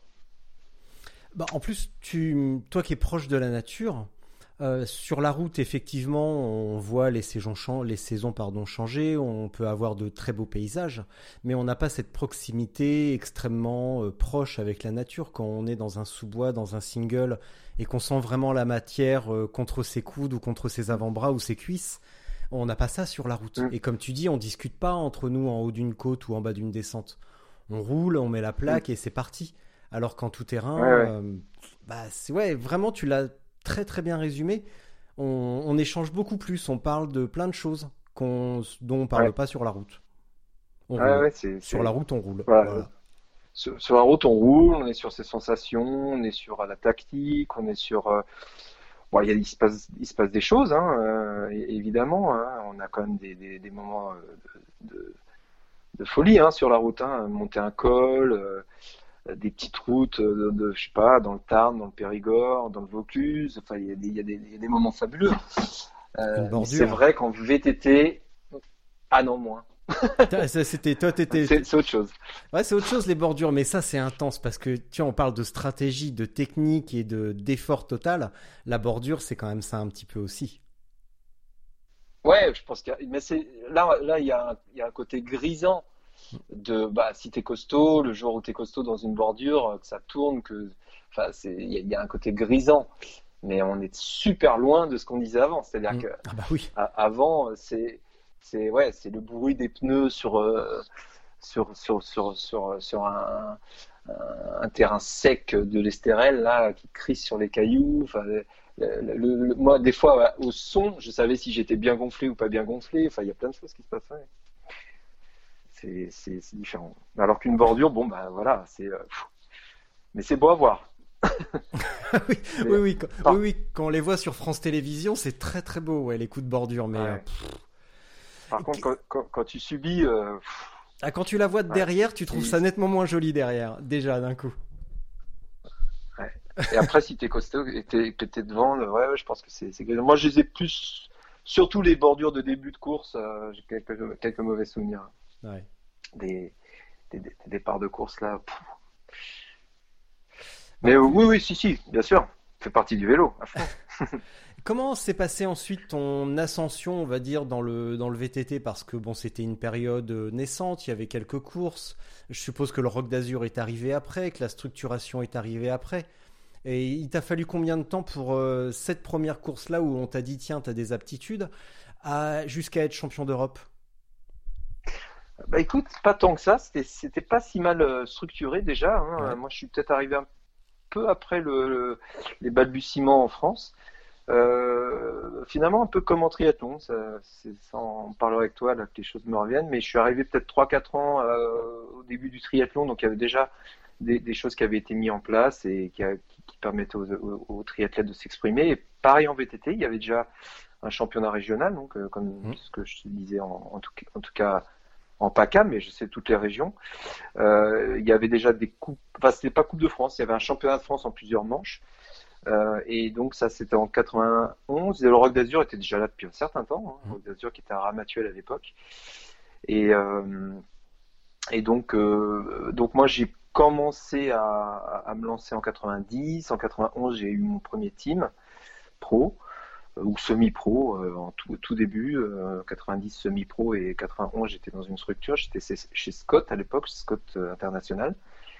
Bah, en plus, tu, toi qui es proche de la nature, euh, sur la route, effectivement, on voit les saisons, chan- les saisons pardon, changer, on peut avoir de très beaux paysages, mais on n'a pas cette proximité extrêmement euh, proche avec la nature quand on est dans un sous-bois, dans un single, et qu'on sent vraiment la matière euh, contre ses coudes ou contre ses avant-bras ou ses cuisses. On n'a pas ça sur la route. Mm. Et comme tu dis, on discute pas entre nous en haut d'une côte ou en bas d'une descente. On roule, on met la plaque et c'est parti. Alors qu'en tout terrain, Ouais, ouais. euh, bah c'est ouais, vraiment tu l'as très très bien résumé. On, on échange beaucoup plus, on parle de plein de choses qu'on, dont on parle Ouais, pas sur la route. On ouais, roule. ouais, c'est, Sur la c'est... route, on roule. Voilà. Voilà. Sur, sur la route, on roule, on est sur ses sensations, on est sur euh, la tactique, on est sur. euh, Bon, il y a, il se passe, il se passe des choses, hein, euh, é- évidemment, hein. On a quand même des, des, des moments euh, de, de, de folie, hein, sur la route, hein. Monter un col, euh, des petites routes, euh, de, de, je sais pas, dans le Tarn, dans le Périgord, dans le Vaucluse. Enfin, il y a des, il y a des, il y a des moments fabuleux. Une Euh, mais c'est bordure. vrai qu'en V T T, ah non, moins. Putain, ça, C'était toi, t'étais. C'est c'est autre chose. Ouais, c'est autre chose les bordures, mais ça c'est intense parce que tu vois, on parle de stratégie, de technique et de d'effort total. La bordure, c'est quand même ça un petit peu aussi. Ouais, je pense qu'il y a, mais c'est là, là, il y a un, il y a un côté grisant de, bah, si t'es costaud, le jour où t'es costaud dans une bordure, que ça tourne, que, enfin, c'est, il y a, il y a un côté grisant. Mais on est super loin de ce qu'on disait avant. C'est-à-dire Mm. que Ah bah oui. a- avant, c'est, c'est, ouais, c'est le bruit des pneus sur, euh, sur, sur, sur, sur, sur un, un, un terrain sec de l'Estérel là, qui crisse sur les cailloux. Enfin, le, le- le- le- moi, des fois, ouais, au son, je savais si j'étais bien gonflé ou pas bien gonflé. Enfin, il y a plein de choses qui se passent. Ouais. C'est, c'est, c'est différent. Alors qu'une bordure, bon, bah voilà, c'est, euh, pff, mais c'est beau à voir. oui, Mais, oui, oui, quand, par, oui, oui, quand on les voit sur France Télévisions, c'est très très beau, ouais, les coups de bordure. Mais euh, ouais. Par contre, pff, quand, quand, quand tu subis, euh, pff, ah, quand tu la vois de ouais, derrière, tu trouves si, ça nettement moins joli derrière, déjà d'un coup. ouais. Et après, si t'es costaud et t'es, que t'es devant, le- ouais, ouais, je pense que c'est, c'est. Moi, je les ai plus, surtout les bordures de début de course, euh, j'ai quelques, quelques mauvais souvenirs. Ouais. Des, des, des départs de course là. Pff. Bah, Mais euh, oui, oui, si, si, bien sûr. Ça fait partie du vélo, à fond. Comment s'est passé ensuite ton ascension, on va dire, dans le, dans le V T T? Parce que bon, c'était une période naissante, il y avait quelques courses. Je suppose que le Rock d'Azur est arrivé après, que la structuration est arrivée après. Et il t'a fallu combien de temps pour euh, cette première course-là où on t'a dit, tiens, t'as des aptitudes, à, jusqu'à être champion d'Europe? Bah écoute, pas tant que ça, c'était, c'était pas si mal euh, structuré déjà. Hein. Ouais. Moi, je suis peut-être arrivé un peu après le, le- les balbutiements en France. Euh, finalement, un peu comme en triathlon, ça, c'est, ça en parler avec toi, là, que les choses me reviennent, mais je suis arrivé peut-être trois quatre ans euh, au début du triathlon, donc il y avait déjà des, des choses qui avaient été mises en place et qui, a- qui- qui permettaient aux, aux- aux triathlètes de s'exprimer. Et pareil en V T T, il y avait déjà un championnat régional, donc euh, comme Mhm. ce que je te disais en, en tout, en tout cas en PACA, mais je sais toutes les régions. Euh, il y avait déjà des coupes, enfin c'était pas Coupe de France, il y avait un championnat de France en plusieurs manches. Euh, et donc ça c'était en quatre-vingt-onze et le Rock d'Azur était déjà là depuis un certain temps, hein, le Rock d'Azur qui était à Ramatuelle à l'époque. Et, euh, et donc, euh, donc moi j'ai commencé à, à me lancer en quatre-vingt-dix, en quatre-vingt-onze j'ai eu mon premier team pro euh, ou semi-pro euh, en tout, tout début, euh, quatre-vingt-dix semi-pro et quatre-vingt-onze j'étais dans une structure, j'étais chez chez Scott à l'époque, Scott euh, International.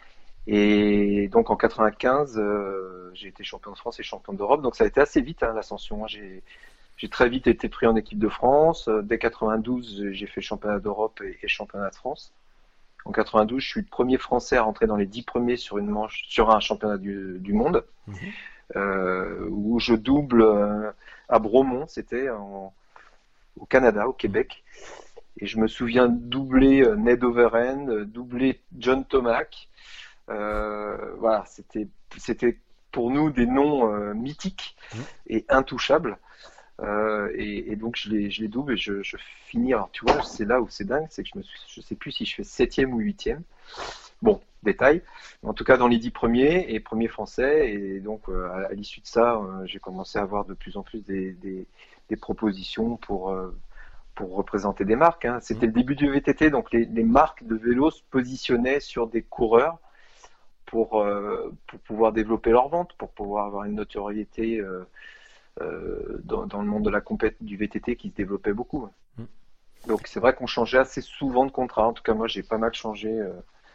Et donc en quatre-vingt-quinze, euh, j'ai été champion de France et champion d'Europe. Donc ça a été assez vite hein, l'ascension. J'ai, j'ai très vite été pris en équipe de France. Euh, Dès quatre-vingt-douze, j'ai fait championnat d'Europe et, et championnat de France. En quatre-vingt-douze, je suis le premier Français à rentrer dans les dix premiers sur une manche, sur un championnat du, du monde, Mhm. euh, où je double euh, à Bromont, c'était en- au Canada, au Québec. Et je me souviens de doubler euh, Ned Overend, euh, doubler John Tomac. Euh, voilà, c'était c'était pour nous des noms euh, mythiques Mhm. et intouchables. Euh, et, et donc je les je les double et je, je finis. Alors tu vois, c'est là où c'est dingue, c'est que je me suis, je sais plus si je fais septième ou huitième. Bon, détail. En tout cas, dans les dix premiers et premier français. Et donc euh, à, à l'issue de ça, euh, j'ai commencé à avoir de plus en plus des des, des propositions pour euh, pour représenter des marques. Hein. C'était le début du V T T, donc les, les marques de vélos se positionnaient sur des coureurs pour, euh, pour pouvoir développer leur vente, pour pouvoir avoir une notoriété euh, euh, dans, dans le monde de la compète du V T T qui se développait beaucoup. Mm. Donc c'est vrai qu'on changeait assez souvent de contrat. En tout cas, moi, j'ai pas mal changé euh,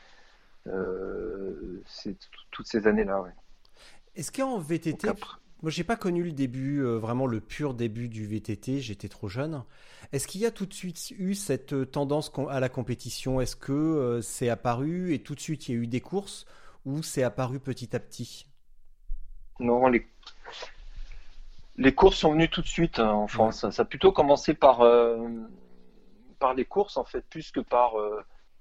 euh, ces- toutes ces années-là. Ouais. Est-ce qu'en V T T, Donc après- moi j'ai pas connu le début, euh, vraiment le pur début du V T T, j'étais trop jeune. Est-ce qu'il y a tout de suite eu cette euh, tendance com- à la compétition? Est-ce que euh, c'est apparu et tout de suite il y a eu des courses ou c'est apparu petit à petit? Non, les, les courses sont venues tout de suite hein, en Ouais. France. Ça a plutôt commencé par, euh, par les courses, en fait, plus que par... euh,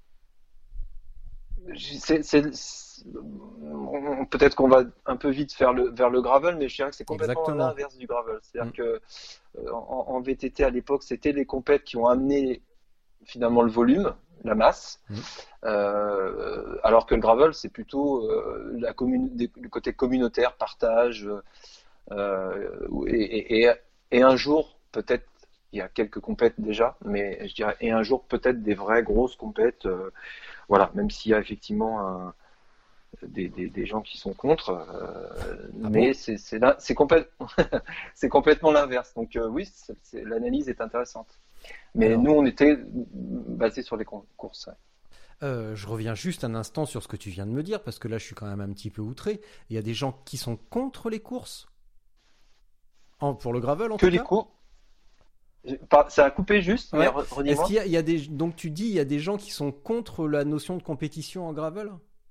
c'est, c'est- c'est- on- peut-être qu'on va un peu vite vers le, vers le gravel, mais je dirais que c'est complètement Exactement. l'inverse du gravel. C'est-à-dire Mm. que euh, en, en V T T à l'époque, c'était les compètes qui ont amené finalement le volume, la masse, Mm. euh, alors que le gravel, c'est plutôt euh, la commun- des- le côté communautaire, partage, euh, et, et, et, et un jour, peut-être, il y a quelques compètes déjà, mais je dirais, et un jour, peut-être des vraies grosses compètes, euh, voilà, même s'il y a effectivement un, des, des, des gens qui sont contre, euh, Ah mais bon? c'est c'est là- c'est complète- c'est complètement l'inverse. Donc euh, oui, c'est- c'est- l'analyse est intéressante. Mais Alors, nous, on était basé sur les con- courses. Ouais. euh, je reviens juste un instant sur ce que tu viens de me dire parce que là je suis quand même un petit peu outré. Il y a des gens qui sont contre les courses, en, pour le gravel en Que tout les cas. cours. Pas- Ça a coupé juste, mais Ouais. re- Est-ce redis-moi. qu'il y a, il y a des donc tu dis il y a des gens qui sont contre la notion de compétition en gravel?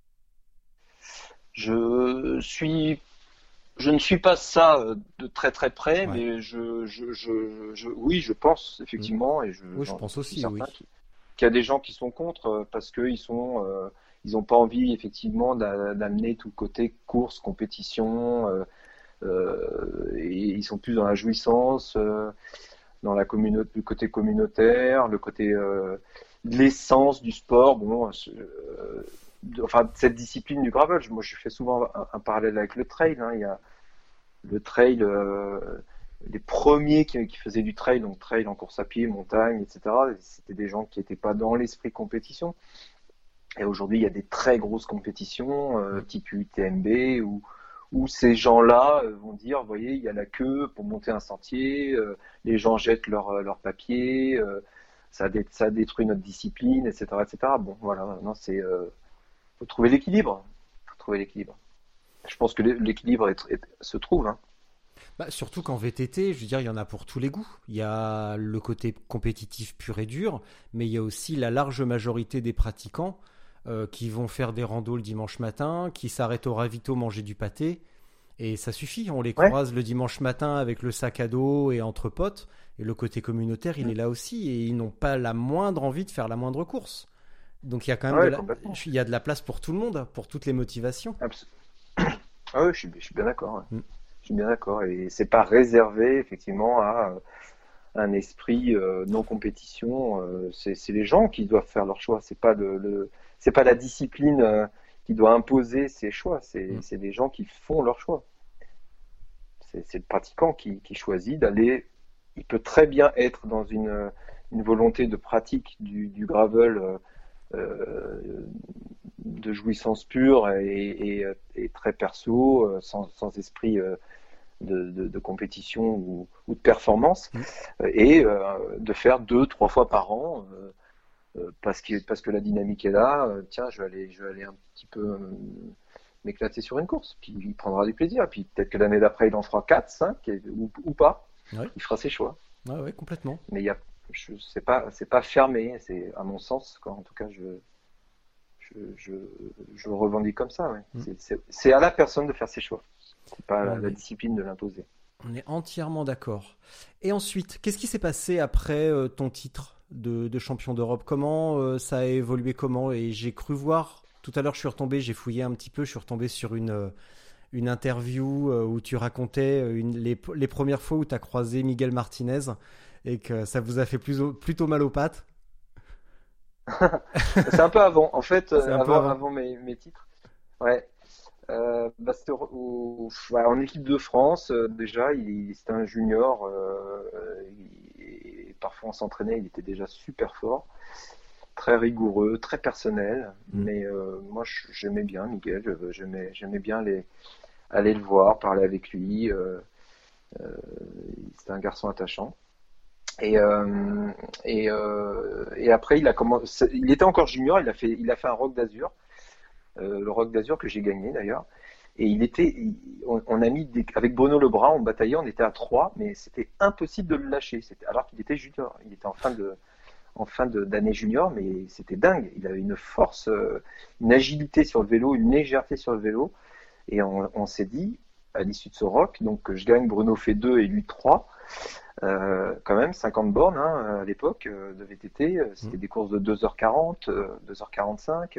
Je suis, je ne suis pas ça euh, de très très près, Ouais. mais je, je, je, je- oui, je pense Mm. effectivement, et je, Oui, je j'en pense suis aussi, certain oui. qu'il qu'il y a des gens qui sont contre euh, parce qu'ils sont, euh, ils n'ont pas envie effectivement d'a- d'amener tout le côté course, compétition, euh, euh, et ils sont plus dans la jouissance, euh, dans la communauté, le côté communautaire, le côté euh, de l'essence du sport. Bon, euh, de- enfin cette discipline du gravel. Moi, je fais souvent un, un parallèle avec le trail. Hein. Il y a le trail, euh, les premiers qui, qui faisaient du trail, donc trail en course à pied, montagne, et cetera. C'était des gens qui n'étaient pas dans l'esprit compétition. Et aujourd'hui, il y a des très grosses compétitions, euh, type U T M B ou, où ces gens-là euh, vont dire, vous voyez, il y a la queue pour monter un sentier, euh, les gens jettent leur, leur papier, euh, ça, dé- ça détruit notre discipline, et cetera, et cetera. Bon, voilà, non, c'est, euh, faut trouver l'équilibre, faut trouver l'équilibre. Je pense que l'é- l'équilibre est- est- se trouve, hein. Bah, surtout qu'en V T T, je veux dire, il y en a pour tous les goûts. Il y a le côté compétitif pur et dur, mais il y a aussi la large majorité des pratiquants euh, qui vont faire des randos le dimanche matin, qui s'arrêtent au ravito manger du pâté, et ça suffit. On les Ouais. croise le dimanche matin avec le sac à dos et entre potes, et le côté communautaire, il Mm. est là aussi, et ils n'ont pas la moindre envie de faire la moindre course. Donc il y a quand même Ouais, de la... complètement. il y a de la place pour tout le monde, pour toutes les motivations. Abs- Ah ouais, je suis, je suis bien d'accord. Ouais. Mm. Je suis bien d'accord. Et c'est pas réservé effectivement à euh, un esprit euh, non compétition. euh, c'est, c'est les gens qui doivent faire leur choix. C'est pas le, le- c'est pas la discipline euh, qui doit imposer ses choix. C'est, Mm. c'est les gens qui font leur choix. C'est, c'est le pratiquant qui, qui choisit d'aller. Il peut très bien être dans une, une volonté de pratique du, du gravel. euh, euh, de jouissance pure et, et- et très perso, euh, sans, sans esprit euh, de, de- de compétition ou, ou de performance, Mm. euh, et euh, de faire deux, trois fois par an, euh, euh, parce que, parce que la dynamique est là. euh, tiens, je vais aller, je vais aller un petit peu euh, m'éclater sur une course, puis il prendra du plaisir, puis peut-être que l'année d'après il en fera quatre, cinq, et- ou, ou pas. Ouais. Il fera ses choix. Ouais, ouais, complètement. Mais il y a, je, c'est pas, c'est pas fermé, c'est à mon sens, quoi. En tout cas, je, je, je, je le revendique comme ça. Ouais. Mm. C'est, c'est, c'est à la personne de faire ses choix. C'est pas Ouais, la, la mais- discipline de l'imposer. On est entièrement d'accord. Et ensuite, qu'est-ce qui s'est passé après euh, ton titre de, de champion d'Europe? Comment euh, ça a évolué? Comment? Et j'ai cru voir, tout à l'heure je suis retombé, j'ai fouillé un petit peu, je suis retombé sur une, euh, une interview euh, où tu racontais euh, une, les, les premières fois où tu as croisé Miguel Martinez et que ça vous a fait plus, au- plutôt mal aux pattes. C'est un peu avant. En fait, C'est un euh, peu avant, avant. avant mes, mes titres. Ouais. Euh, bah, c'était au- au- ouais, en équipe de France, euh, déjà, il, c'était un junior. Euh, il- et parfois, on s'entraînait, il était déjà super fort, très rigoureux, très personnel. Mm. Mais euh, moi, je- j'aimais bien Miguel. je- J'aimais, j'aimais bien les, aller le voir, parler avec lui. euh, euh, c'était un garçon attachant. Et, euh, et, euh, et après, il a commencé. Il était encore junior. Il a fait, il a fait un Rock d'Azur, euh, le Rock d'Azur que j'ai gagné d'ailleurs. Et il était, il- on, on a mis des- avec Bruno Lebrun, on bataillait, on était à trois, mais c'était impossible de le lâcher. C'était, alors qu'il était junior, il était en fin de, en fin de- d'année junior, mais c'était dingue. Il avait une force, euh, une agilité sur le vélo, une légèreté sur le vélo. Et on, on s'est dit, à l'issue de ce Rock, donc que je gagne, Bruno fait deux et lui trois. Euh, quand même, cinquante bornes hein, à l'époque euh, de V T T, euh, c'était des courses de deux heures quarante, euh, deux heures quarante-cinq, euh,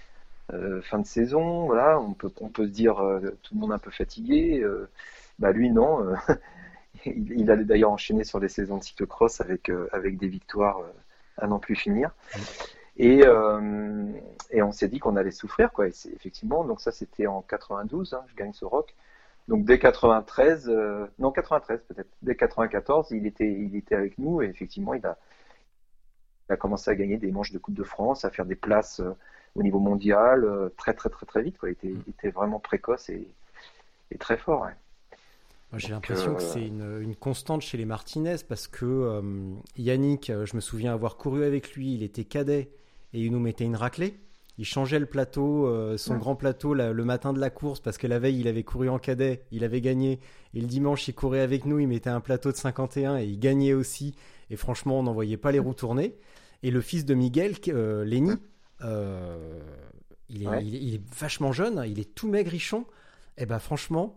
euh, fin de saison, voilà, on peut, on peut se dire euh, tout le monde un peu fatigué, euh, bah lui non, euh, il, il allait d'ailleurs enchaîner sur les saisons de cyclocross avec, euh, avec des victoires euh, à n'en plus finir. Et, euh, et on s'est dit qu'on allait souffrir, quoi. Et c'est, effectivement, donc ça c'était en quatre-vingt-douze, hein, je gagne ce Rock. Donc dès quatre-vingt-treize, euh, non quatre-vingt-treize peut-être, dès quatre-vingt-quatorze, il était, il était avec nous et effectivement il a, il a commencé à gagner des manches de Coupe de France, à faire des places euh, au niveau mondial euh, très très très très vite, quoi. Il était, il était vraiment précoce et, et très fort. Ouais. Moi, j'ai Donc, l'impression euh, que c'est une, une constante chez les Martinez parce que euh, Yannick, euh, je me souviens avoir couru avec lui, il était cadet et il nous mettait une raclée. Il changeait le plateau, euh, son Ouais. grand plateau la- le matin de la course parce que la veille il avait couru en cadet, il avait gagné. Et le dimanche il courait avec nous, il mettait un plateau de cinquante et un et il gagnait aussi. Et franchement on n'en voyait pas les roues tourner. Et le fils de Miguel, euh, Lenny, euh, il, est, Ouais. il, est, il est vachement jeune, il est tout maigrichon. Et ben franchement,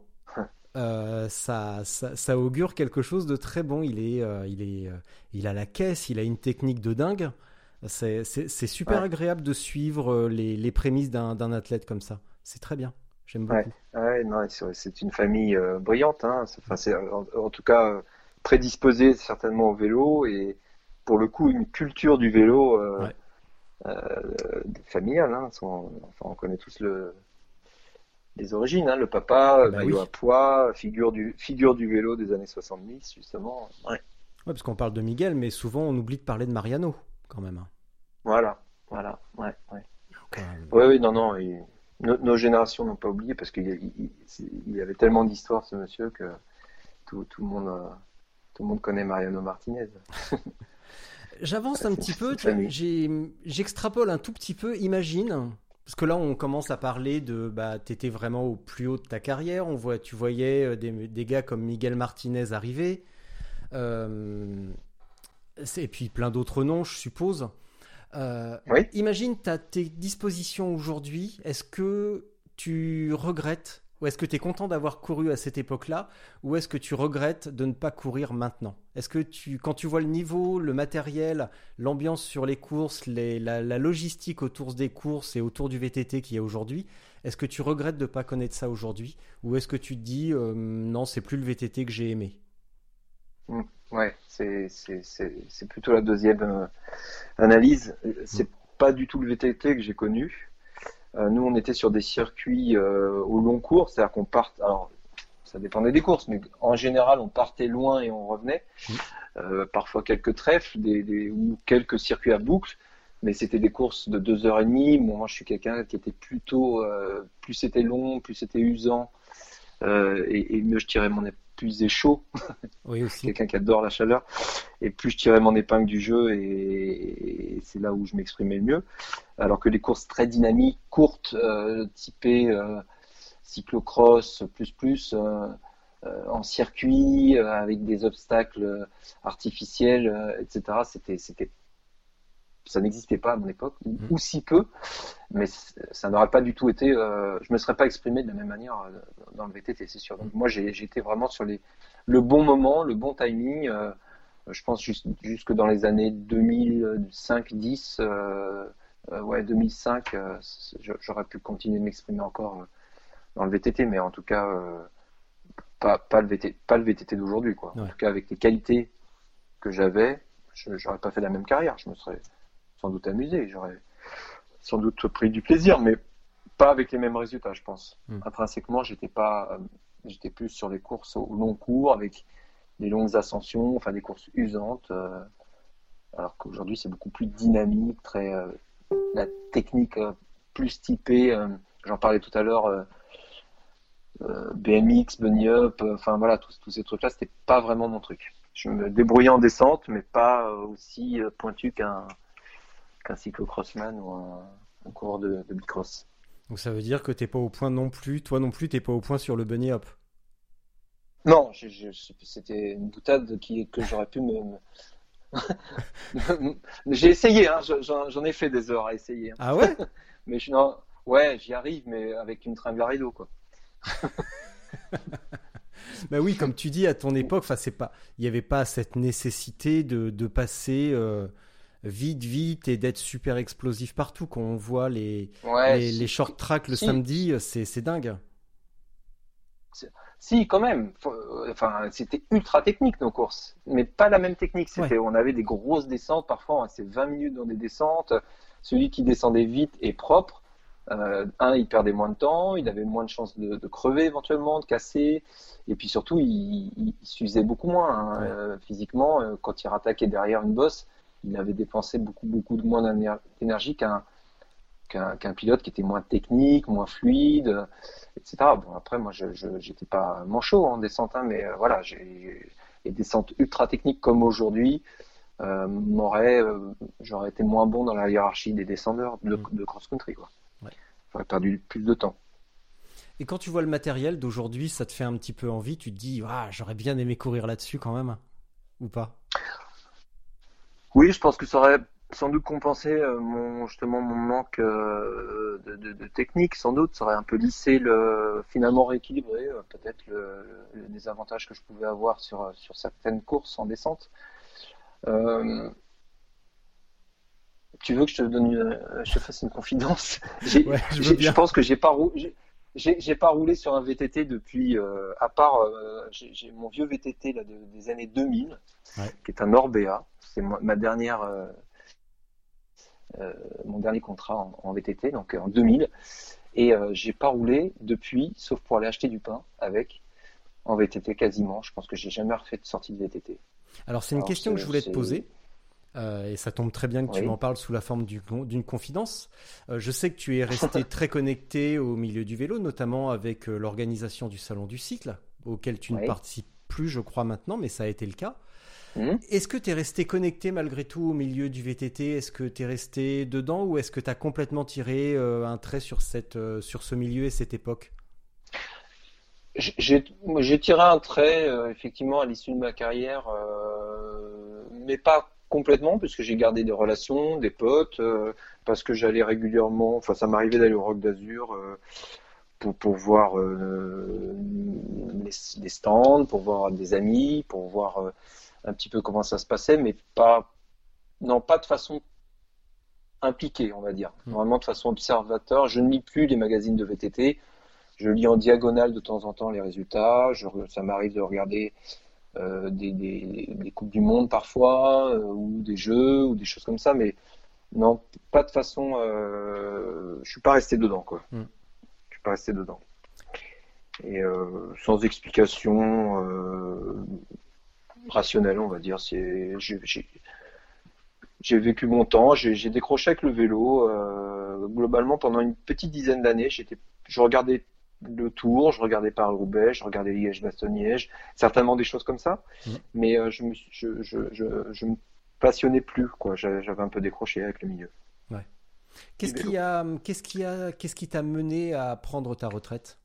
euh, ça, ça, ça augure quelque chose de très bon. Il est, euh, il est, euh, il a la caisse, il a une technique de dingue. C'est, c'est, c'est super Ouais. agréable de suivre euh, les, les prémices d'un, d'un athlète comme ça. C'est très bien. J'aime beaucoup. Ouais, ouais, non, c'est, c'est une famille euh, brillante, hein. C'est- Enfin, c'est en, en tout cas euh, prédisposée certainement au vélo et pour le coup une culture du vélo euh, Ouais. euh, familiale. Hein. Son- enfin, on connaît tous le, les origines, hein. Le papa, Ah euh, bah maillot oui. à poids, figure du, figure du vélo des années soixante-dix, justement. Ouais. Ouais, parce qu'on parle de Miguel, mais souvent on oublie de parler de Mariano quand même. hein. Voilà, voilà, ouais, ouais. Donc, euh, Ouais, oui, non, non, il- nos, nos générations n'ont pas oublié parce qu'il y, a- il, il y avait tellement d'histoires ce monsieur que tout, tout le monde, euh, tout le monde connaît Mariano Martinez. J'avance un C'est petit c'est peu, une tu vois, famille. j'ai, j'extrapole un tout petit peu, imagine, parce que là on commence à parler de, bah, t'étais vraiment au plus haut de ta carrière, on voit, tu voyais euh, des, des gars comme Miguel Martinez arriver, euh, c'est- et puis plein d'autres noms, je suppose. Euh, Oui. Imagine, tu as tes dispositions aujourd'hui, est-ce que tu regrettes, ou est-ce que tu es content d'avoir couru à cette époque-là, ou est-ce que tu regrettes de ne pas courir maintenant? Est-ce que tu, quand tu vois le niveau, le matériel, l'ambiance sur les courses, les- la, la logistique autour des courses et autour du V T T qu'il y a aujourd'hui, est-ce que tu regrettes de ne pas connaître ça aujourd'hui, ou est-ce que tu te dis euh, non, c'est plus le V T T que j'ai aimé? Mm. Ouais, c'est c'est c'est c'est plutôt la deuxième euh, analyse. C'est pas du tout le V T T que j'ai connu. Euh, nous, on était sur des circuits euh, au long cours, c'est-à-dire qu'on part. Alors, ça dépendait des courses, mais en général, on partait loin et on revenait. Euh, parfois quelques trèfles, des, des- ou quelques circuits à boucle, mais c'était des courses de deux heures et demie. Moi, je suis quelqu'un qui était plutôt, euh, plus c'était long, plus c'était usant, euh, et, et mieux je tirais mon épuisé chaud. Oui, aussi. Quelqu'un qui adore la chaleur, et plus je tirais mon épingle du jeu, et, et c'est là où je m'exprimais le mieux. Alors que les courses très dynamiques, courtes, euh, typées euh, cyclocross, plus plus, euh, euh, en circuit, euh, avec des obstacles euh, artificiels, euh, et cetera. C'était, c'était, ça n'existait pas à mon époque, ou, Mhm. ou si peu, mais c- ça n'aurait pas du tout été. Euh, je me serais pas exprimé de la même manière euh, dans le V T T, c'est sûr. Donc moi, j'ai, j'ai été vraiment sur les, le bon moment, le bon timing. Euh, je pense juste, jusque dans les années deux mille cinq dix, euh, euh, ouais, deux mille cinq, euh, c- j'aurais pu continuer de m'exprimer encore euh, dans le V T T, mais en tout cas, euh, pas, pas le V T T, pas le V T T d'aujourd'hui, quoi. En Ouais. tout cas, avec les qualités que j'avais, je j'aurais pas fait la même carrière. Je me serais sans doute amusé, j'aurais sans doute pris du plaisir, mais pas avec les mêmes résultats, je pense. Mm. Intrinsèquement, j'étais pas, euh, j'étais plus sur les courses au long cours, avec des longues ascensions, enfin des courses usantes, euh, alors qu'aujourd'hui c'est beaucoup plus dynamique, très euh, la technique euh, plus typée. Euh, j'en parlais tout à l'heure. Euh, euh, B M X, bunny up, euh, enfin voilà, tous, tous ces trucs-là, c'était pas vraiment mon truc. Je me débrouillais en descente, mais pas euh, aussi euh, pointu qu'un qu'un cyclocrossman ou un, un coureur de, de bicross. Donc ça veut dire que t'es pas au point non plus, toi non plus, t'es pas au point sur le bunny hop. Non, j'ai- j'ai- c'était une boutade qui, que j'aurais pu me. me- J'ai essayé, hein, j'en j'en ai fait des heures à essayer, hein. Ah ouais? Mais je, non, ouais, j'y arrive, mais avec une tringle à rideau, quoi. Bah oui, comme tu dis, à ton époque, enfin c'est pas, il n'y avait pas cette nécessité de, de passer euh, vite, vite et d'être super explosif partout. Quand on voit les, Ouais, les, si, les short tracks le si, samedi, c'est, c'est dingue. si, quand même. Faut- euh, Enfin, c'était ultra technique nos courses, mais pas la même technique. C'était, on avait des grosses descentes, parfois on restait vingt minutes dans des descentes. Celui qui descendait vite et propre, euh, un, il perdait moins de temps, il avait moins de chances de, de crever éventuellement, de casser, et puis surtout, il, il, il s'usait beaucoup moins, hein. Ouais. Euh, physiquement. Euh, quand il rattaquait derrière une bosse, il avait dépensé beaucoup, beaucoup de moins d'éner- d'énergie qu'un qu'un qu'un pilote qui était moins technique, moins fluide, euh, et cetera. Bon, après, moi, je je- j'étais pas manchot en descente, hein, mais euh, voilà, j'ai les descentes ultra techniques comme aujourd'hui euh, m'auraient, euh, j'aurais été moins bon dans la hiérarchie des descendeurs de, Mm. de cross-country, quoi. Ouais. J'aurais perdu plus de temps. Et quand tu vois le matériel d'aujourd'hui, ça te fait un petit peu envie. Tu te dis, ah, j'aurais bien aimé courir là-dessus quand même, ou pas? Oui, je pense que ça aurait sans doute compensé euh, mon, justement mon manque euh, de, de- de technique, sans doute. Ça aurait un peu lissé le, finalement rééquilibré euh, peut-être le, le désavantage que je pouvais avoir sur, sur certaines courses en descente. Euh, tu veux que je te donne, une- je te fasse une confidence? J'ai- Ouais, je veux j'ai- bien. je pense que j'ai pas roulé, j'ai, j'ai- j'ai pas roulé sur un V T T depuis, euh, à part, euh, j'ai, j'ai mon vieux V T T là, de- des années deux mille, Ouais. qui est un Orbea. C'est ma, ma dernière, euh, euh, mon dernier contrat en, en V T T, donc euh, en deux mille. Et euh, j'ai pas roulé depuis, sauf pour aller acheter du pain avec, en V T T quasiment. Je pense que j'ai jamais refait de sortie de V T T. Alors c'est une Alors, question que c'est- je voulais te c'est- poser. Euh, et ça tombe très bien que tu Oui. m'en parles sous la forme du- d'une confidence. Euh, je sais que tu es resté très connecté au milieu du vélo, notamment avec euh, l'organisation du Salon du Cycle, auquel tu ne Oui. participes plus, je crois, maintenant, mais ça a été le cas. Mhm. Est-ce que tu es resté connecté malgré tout au milieu du V T T? Est-ce que tu es resté dedans ou est-ce que tu as complètement tiré euh, un trait sur, cette, euh, sur ce milieu et cette époque? J'ai moi, j'ai tiré un trait, euh, effectivement, à l'issue de ma carrière, euh, mais pas complètement, puisque j'ai gardé des relations, des potes, euh, parce que j'allais régulièrement, enfin, ça m'arrivait d'aller au Rock d'Azur euh, pour, pour voir euh, les, les stands, pour voir des amis, pour voir euh, un petit peu comment ça se passait, mais pas, non, pas de façon impliquée, on va dire, Mm. vraiment de façon observateur. Je ne lis plus les magazines de V T T. Je lis en diagonale de temps en temps les résultats. Je, ça m'arrive de regarder euh, des, des, des Coupes du Monde parfois, euh, ou des jeux, ou des choses comme ça, mais non, pas de façon. Euh, je suis pas resté dedans, quoi. Mm. Je suis pas resté dedans. Et euh, sans explication euh, rationnelle, on va dire. C'est, j'ai, j'ai, j'ai vécu mon temps. J'ai, j'ai décroché avec le vélo. Euh, globalement, pendant une petite dizaine d'années, j'étais, je regardais le Tour, je regardais Paris-Roubaix, je regardais Liège-Bastogne-Liège, certainement des choses comme ça. Mm. Mais euh, je me, suis- je, je, je, je me passionnais plus, quoi. J'avais j'avais un peu décroché avec le milieu. Ouais. Qu'est-ce Du vélo. qui a, qu'est-ce qui a, qu'est-ce qui t'a mené à prendre ta retraite?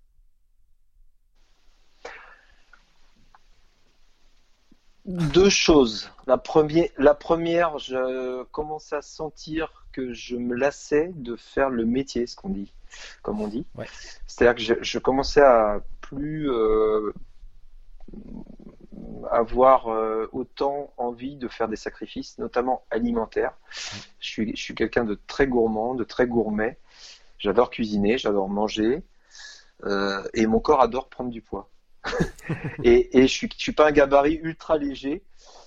Deux choses. La première, la première, je commençais à sentir que je me lassais de faire le métier, ce qu'on dit, comme on dit. Ouais. C'est-à-dire que je, je commençais à plus euh, avoir euh, autant envie de faire des sacrifices, notamment alimentaires. Je suis, je suis quelqu'un de très gourmand, de très gourmet. J'adore cuisiner, j'adore manger, euh, et mon corps adore prendre du poids. Et, et je suis, je suis pas un gabarit ultra léger.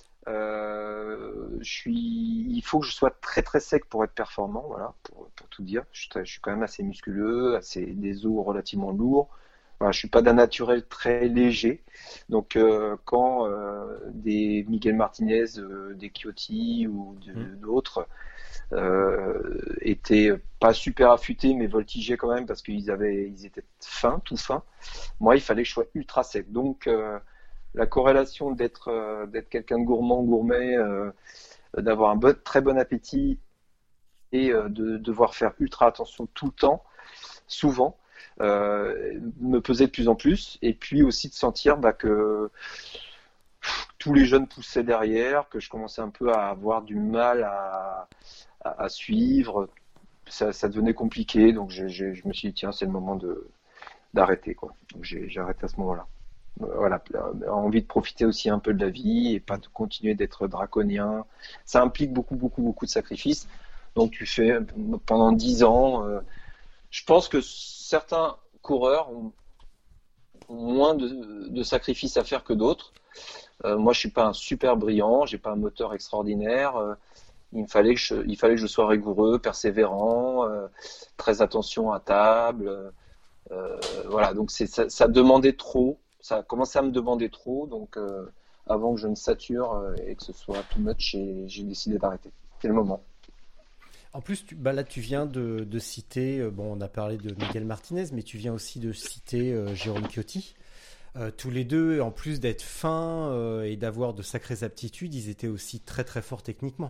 Euh, je suis, il faut que je sois très très sec pour être performant, voilà, pour, pour tout dire. Je suis, très- je suis quand même assez musculeux, assez des os relativement lourds. Voilà, je suis pas d'un naturel très léger. Donc euh, quand euh, des Miguel Martinez, euh, des Chioti ou de- Mm. d'autres euh, étaient pas super affûtés mais voltigeaient quand même parce qu'ils avaient, ils étaient fins, tout fins. Moi, il fallait que je sois ultra sec. Donc euh, la corrélation d'être euh, d'être quelqu'un de gourmand, gourmet, euh, d'avoir un bon, très bon appétit et euh, de devoir faire ultra attention tout le temps, souvent, euh, me pesait de plus en plus. Et puis aussi de sentir bah, que pff, tous les jeunes poussaient derrière, que je commençais un peu à avoir du mal à, à, à suivre. Ça, ça devenait compliqué, donc j'ai- j'ai- je me suis dit, tiens, c'est le moment de d'arrêter, quoi. Donc j'ai j'ai arrêté à ce moment-là. Euh, Voilà, euh, envie de profiter aussi un peu de la vie et pas de continuer d'être draconien. Ça implique beaucoup, beaucoup, beaucoup de sacrifices. Donc tu fais euh, pendant dix ans. euh, je pense que certains coureurs ont ont moins de, de sacrifices à faire que d'autres. Euh, moi, je suis pas un super brillant, j'ai pas un moteur extraordinaire. euh, il me fallait que je, il fallait que je sois rigoureux, persévérant, euh, très attention à table. euh, euh, voilà, donc c'est, ça, ça demandait trop, ça a commencé à me demander trop, donc euh, avant que je ne sature euh, et que ce soit too much, j'ai, j'ai décidé d'arrêter. C'est le moment. En plus, tu, bah là, tu viens de, de citer, euh, bon, on a parlé de Miguel Martinez, mais tu viens aussi de citer euh, Jérôme Chioti. Euh, tous les deux, en plus d'être fins euh, et d'avoir de sacrées aptitudes, ils étaient aussi très très forts techniquement.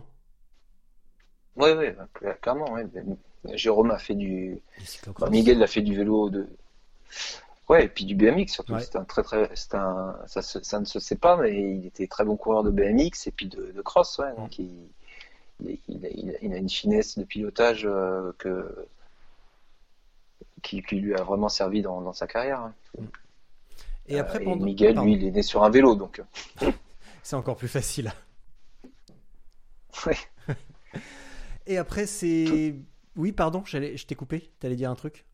Oui, oui, clairement. Ouais. Jérôme a fait du, Les bah, cyclocross. Miguel a fait du vélo de, ouais, et puis du B M X surtout. Ouais. C'était un très très, c'était un, ça, se- ça ne se sait pas, mais il était très bon coureur de B M X et puis de, de cross, ouais. Donc il, il, il a, il a- il a une finesse de pilotage euh, que qui, qui lui a vraiment servi dans, dans sa carrière. Hein. Et après, Euh, et pendant... Miguel, Pardon. lui, il est né sur un vélo, donc. C'est encore plus facile. Ouais. Et après, c'est... Oui, pardon, j'allais... je t'ai coupé. T'allais dire un truc?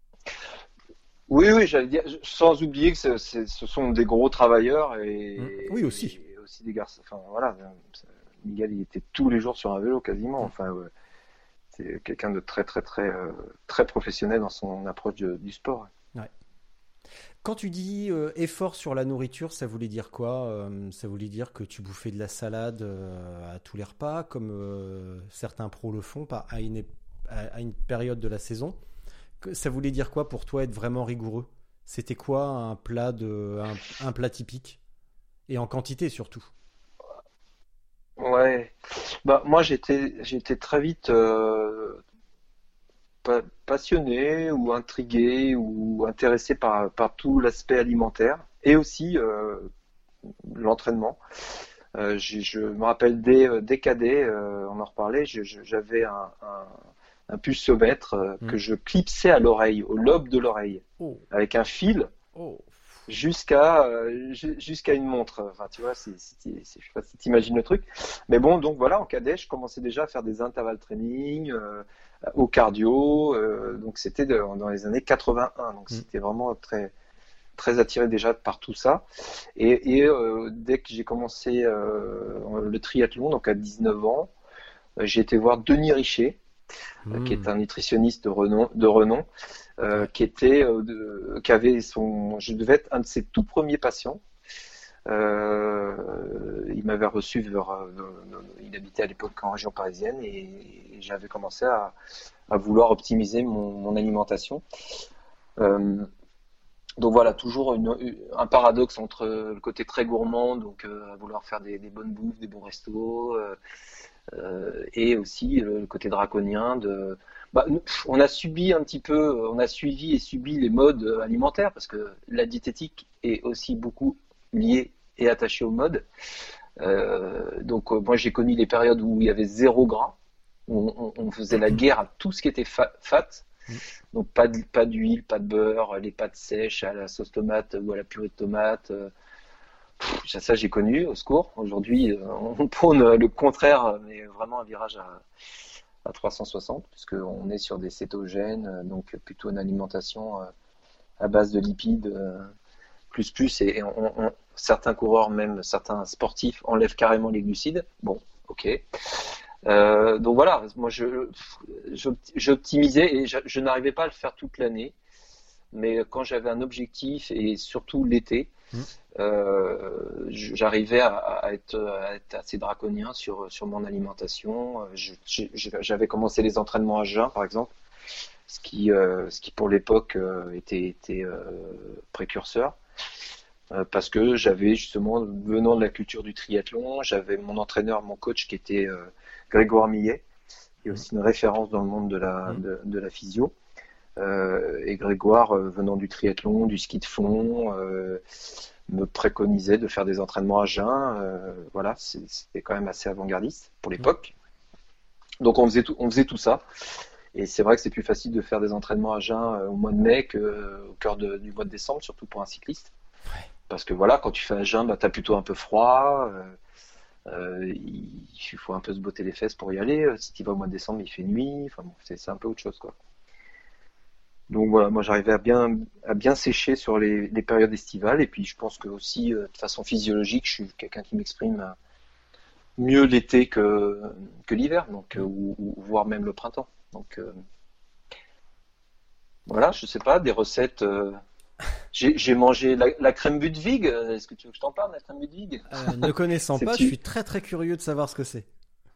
Oui, oui, j'allais dire, sans oublier que c'est- c'est- ce sont des gros travailleurs et, Mmh. Oui, aussi. et aussi des garçons. Enfin, voilà, Miguel, il était tous les jours sur un vélo quasiment. Enfin, ouais. C'est quelqu'un de très, très, très, euh, très professionnel dans son approche de- du sport. Quand tu dis euh, effort sur la nourriture, ça voulait dire quoi? Euh, Ça voulait dire que tu bouffais de la salade euh, à tous les repas, comme euh, certains pros le font par- à une, ép- à à une période de la saison. Que- Ça voulait dire quoi pour toi être vraiment rigoureux? C'était quoi un plat de, un, un plat typique? Et en quantité surtout. Ouais. Bah, moi, j'étais, j'étais très vite euh, pa- passionné ou intrigué ou intéressé par, par tout l'aspect alimentaire et aussi euh, l'entraînement. Euh, j'ai- je me rappelle dès, euh, dès cadet, euh, on en reparlait, je- je- j'avais un, un, un pulsiomètre euh, que Hmm. je clipsais à l'oreille, au lobe de l'oreille, Oh, avec un fil oh. jusqu'à euh, ju- jusqu'à une montre. Enfin, tu vois, c'est, c'est- c'est- je sais pas si tu imagines le truc. Mais bon, donc voilà, en cadet, je commençais déjà à faire des intervalles training, euh, au cardio. Euh, donc c'était de- dans les années quatre-vingt-un. Donc Hmm. c'était vraiment très, très attiré déjà par tout ça. Et, et, euh, dès que j'ai commencé euh, le triathlon, donc à dix-neuf ans, euh, j'ai été voir Denis Richer, euh, qui Hmm. est un nutritionniste de renom, de renom euh, Ouais. qui était, euh, de- qui avait son, je devais être un de ses tout premiers patients. Euh, il m'avait reçu vers, euh, il habitait à l'époque en région parisienne et j'avais commencé à, à vouloir optimiser mon, mon alimentation. Euh, donc voilà, toujours une- un paradoxe entre le côté très gourmand, donc euh, à vouloir faire des, des bonnes bouffes, des bons restos, euh, euh, et aussi le côté draconien de bah, nous, pff, on a subi un petit peu, on a suivi et subi les modes euh, alimentaires parce que la diététique est aussi beaucoup liée et attachée aux modes. Euh, donc euh, moi j'ai connu des périodes où il y avait zéro gras, où on, on faisait la guerre à tout ce qui était fa- fat, Hmm. donc pas de- pas d'huile, pas de beurre, les pâtes sèches à la sauce tomate ou à la purée de tomate. euh, pff, ça, ça, j'ai connu, au secours. Aujourd'hui, euh, on prône le contraire, mais vraiment un virage à, à trois cent soixante, puisqu'on est sur des cétogènes, euh, donc plutôt une alimentation euh, à base de lipides, euh, plus plus, et, et on- on- certains coureurs, même certains sportifs, enlèvent carrément les glucides. Bon, ok. Euh, donc voilà, moi je, je- j'optimisais et je, je n'arrivais pas à le faire toute l'année, mais quand j'avais un objectif et surtout l'été, Hmm. euh, j'arrivais à, à être, à être assez draconien sur, sur mon alimentation. Je- j'ai- J'avais commencé les entraînements à jeun, par exemple, ce qui, euh, ce qui pour l'époque euh, était, était euh, précurseur, euh, parce que j'avais justement, venant de la culture du triathlon, j'avais mon entraîneur, mon coach qui était euh, Grégoire Millet, qui est Hmm. aussi une référence dans le monde de la, Hmm. de, de la physio. Euh, et Grégoire, euh, venant du triathlon, du ski de fond, euh, me préconisait de faire des entraînements à jeun. Euh, voilà, c'est- c'était quand même assez avant-gardiste pour Hmm. l'époque. Donc on faisait tout, on faisait tout ça. Et c'est vrai que c'est plus facile de faire des entraînements à jeun euh, au mois de mai qu'au cœur de- du mois de décembre, surtout pour un cycliste. Ouais. Parce que voilà, quand tu fais un jeun, bah, tu as plutôt un peu froid. euh, euh, il il faut un peu se botter les fesses pour y aller. Euh, Si tu vas au mois de décembre, il fait nuit. Enfin bon, c'est c'est un peu autre chose, quoi. Donc voilà, moi j'arrivais à bien, à bien sécher sur les, les périodes estivales. Et puis je pense que aussi, euh, de façon physiologique, je suis quelqu'un qui m'exprime euh, mieux l'été que, que l'hiver, donc, euh, ou, ou voire même le printemps. Donc euh, voilà, je sais pas, des recettes. euh, J'ai j'ai mangé la, la crème Budwig. euh, Est-ce que tu veux que je t'en parle, la crème Budwig? Euh, ne connaissant C'est pas, je tu- suis très très curieux de savoir ce que c'est.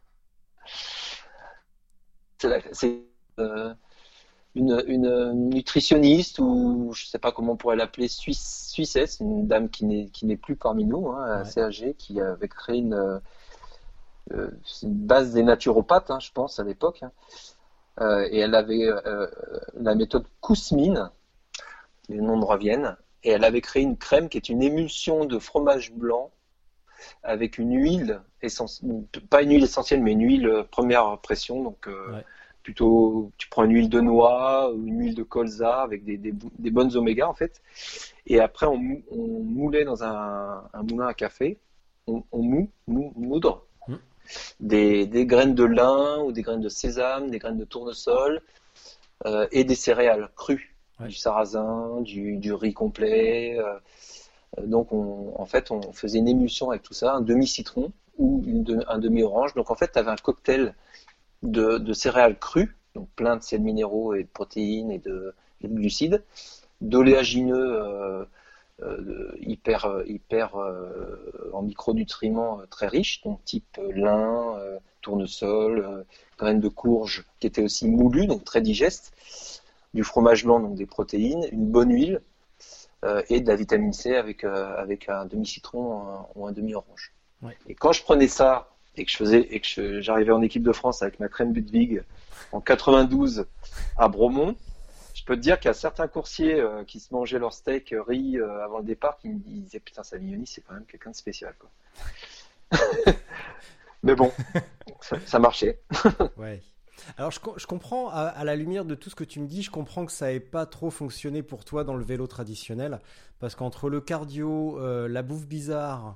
C'est la- c'est, euh, une, une nutritionniste, ou je sais pas comment on pourrait l'appeler, suisse, suissesse, une dame qui n'est qui n'est plus parmi nous, hein, Ouais. assez âgée, qui avait créé une, euh, c'est une base des naturopathes, hein, je pense, à l'époque. Hein. Euh, et elle avait euh, la méthode Kousmine, les noms me reviennent, et elle avait créé une crème qui est une émulsion de fromage blanc avec une huile essentielle, pas une huile essentielle, mais une huile euh, première pression, donc euh, Ouais. plutôt tu prends une huile de noix ou une huile de colza avec des, des, bou- des bonnes oméga en fait, et après on, mou- on moulait dans un, un moulin à café, on, on mou, mou, moudre Mm. des, des graines de lin ou des graines de sésame, des graines de tournesol, euh, et des céréales crues, Ouais. du sarrasin, du, du riz complet. euh, donc on, en fait on faisait une émulsion avec tout ça, un demi-citron ou une de- un demi-orange. Donc en fait tu avais un cocktail de, de céréales crues, donc plein de sels minéraux et de protéines et de, et de glucides, d'oléagineux euh, euh, hyper, hyper euh, en micronutriments euh, très riches, donc type lin, euh, tournesol, euh, graines de courge qui étaient aussi moulues, donc très digestes, du fromage blanc, donc des protéines, une bonne huile euh, et de la vitamine C avec, euh, avec un demi-citron un, ou un demi-orange. Ouais. Et quand je prenais ça et que je faisais et que je, j'arrivais en équipe de France avec ma crème Budwig en quatre-vingt-douze à Bromont, je peux te dire qu'il y a certains coursiers euh, qui se mangeaient leur steak euh, riz euh, avant le départ qui me disaient putain, Savignoni, c'est quand même quelqu'un de spécial, quoi. Mais bon, ça, ça marchait. Ouais. Alors je, je comprends, à, à la lumière de tout ce que tu me dis, je comprends que ça n'ait pas trop fonctionné pour toi dans le vélo traditionnel, parce qu'entre le cardio, euh, la bouffe bizarre,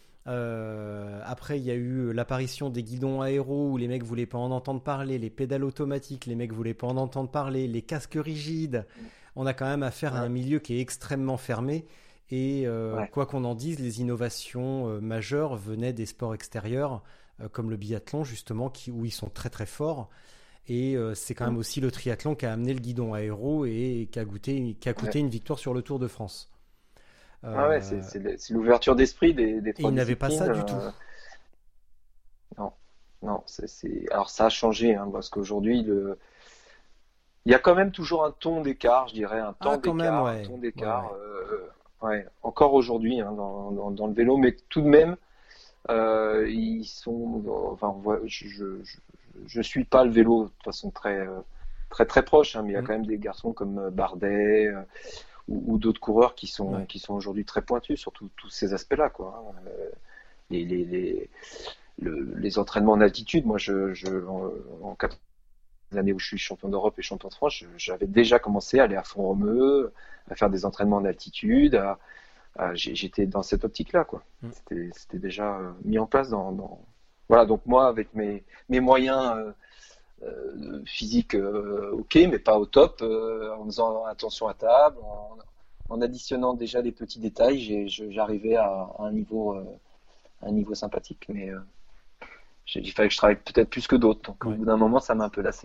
euh, après il y a eu l'apparition des guidons aéros où les mecs voulaient pas en entendre parler, les pédales automatiques, les mecs voulaient pas en entendre parler, les casques rigides, on a quand même affaire ouais. à un milieu qui est extrêmement fermé. Et euh, ouais. quoi qu'on en dise, les innovations euh, majeures venaient des sports extérieurs, euh, comme le biathlon justement, qui, où ils sont très très forts. Et euh, c'est quand même aussi le triathlon qui a amené le guidon aéro et qui a, goûté, qui a coûté ouais. une victoire sur le Tour de France. Euh, ah ouais, c'est, c'est, c'est l'ouverture d'esprit des, des trois et ils n'avaient pas ça du euh... tout. Non, non, c'est, c'est... alors ça a changé, hein, parce qu'aujourd'hui, le... il y a quand même toujours un ton d'écart, je dirais, un temps ah, d'écart, même, ouais. un ton d'écart. Ouais, ouais. Euh... Ouais, encore aujourd'hui hein, dans, dans, dans le vélo, mais tout de même, euh, ils sont. Enfin, je, je, je, je suis pas le vélo de toute façon très très très proche, hein, mais il y a quand même des garçons comme Bardet euh, ou, ou d'autres coureurs qui sont ouais. qui sont aujourd'hui très pointus sur tous ces aspects-là, quoi. Hein. Les les les, le, les entraînements en altitude, moi, je, je en, en quatre l'année où je suis champion d'Europe et champion de France, je, j'avais déjà commencé à aller à Font-Romeu, à faire des entraînements en altitude. À, à, j'étais dans cette optique-là, quoi. Mmh. C'était, c'était déjà mis en place dans, dans... Voilà, donc moi, avec mes, mes moyens euh, euh, physiques, euh, ok, mais pas au top, euh, en faisant attention à table, en, en additionnant déjà les petits détails, j'ai, j'arrivais à, à un niveau, euh, un niveau sympathique, mais... Euh, il fallait que je travaille peut-être plus que d'autres. Donc, ouais. au bout d'un moment, ça m'a un peu lassé.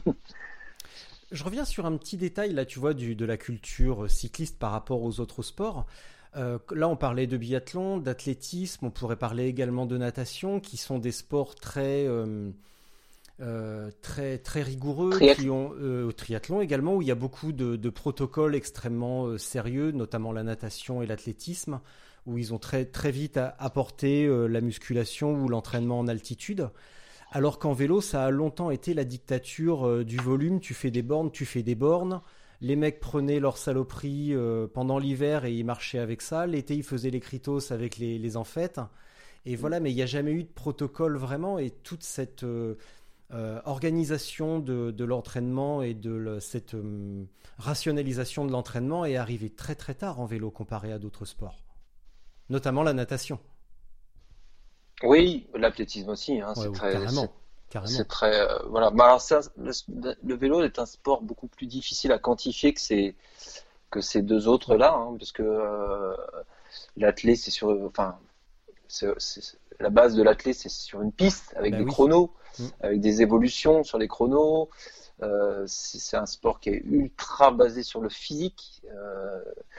Je reviens sur un petit détail, là, tu vois, du, de la culture cycliste par rapport aux autres sports. Euh, là, on parlait de biathlon, d'athlétisme, on pourrait parler également de natation, qui sont des sports très, euh, euh, très, très rigoureux, Triathlon. qui ont euh, triathlon également, où il y a beaucoup de, de protocoles extrêmement euh, sérieux, notamment la natation et l'athlétisme, où ils ont très, très vite apporté euh, la musculation ou l'entraînement en altitude. Alors qu'en vélo, ça a longtemps été la dictature euh, du volume. Tu fais des bornes, tu fais des bornes. Les mecs prenaient leur saloperie euh, pendant l'hiver et ils marchaient avec ça. L'été, ils faisaient les critos avec les, les enfêtes. Et voilà, mais il n'y a jamais eu de protocole vraiment. Et toute cette euh, euh, organisation de, de l'entraînement et de le, cette euh, rationalisation de l'entraînement est arrivée très très tard en vélo comparé à d'autres sports. Notamment la natation. Oui, l'athlétisme aussi. Hein, ouais, c'est, oui, très, carrément, c'est, carrément. c'est très. Euh, voilà. Bah, alors ça, le, le vélo est un sport beaucoup plus difficile à quantifier que ces, que ces deux autres-là, hein, parce que euh, l'athlé, c'est sur. Enfin, c'est, c'est, la base de l'athlé, c'est sur une piste avec bah, des oui. chronos, mmh. avec des évolutions sur les chronos. Euh, c'est, c'est un sport qui est ultra basé sur le physique. Euh,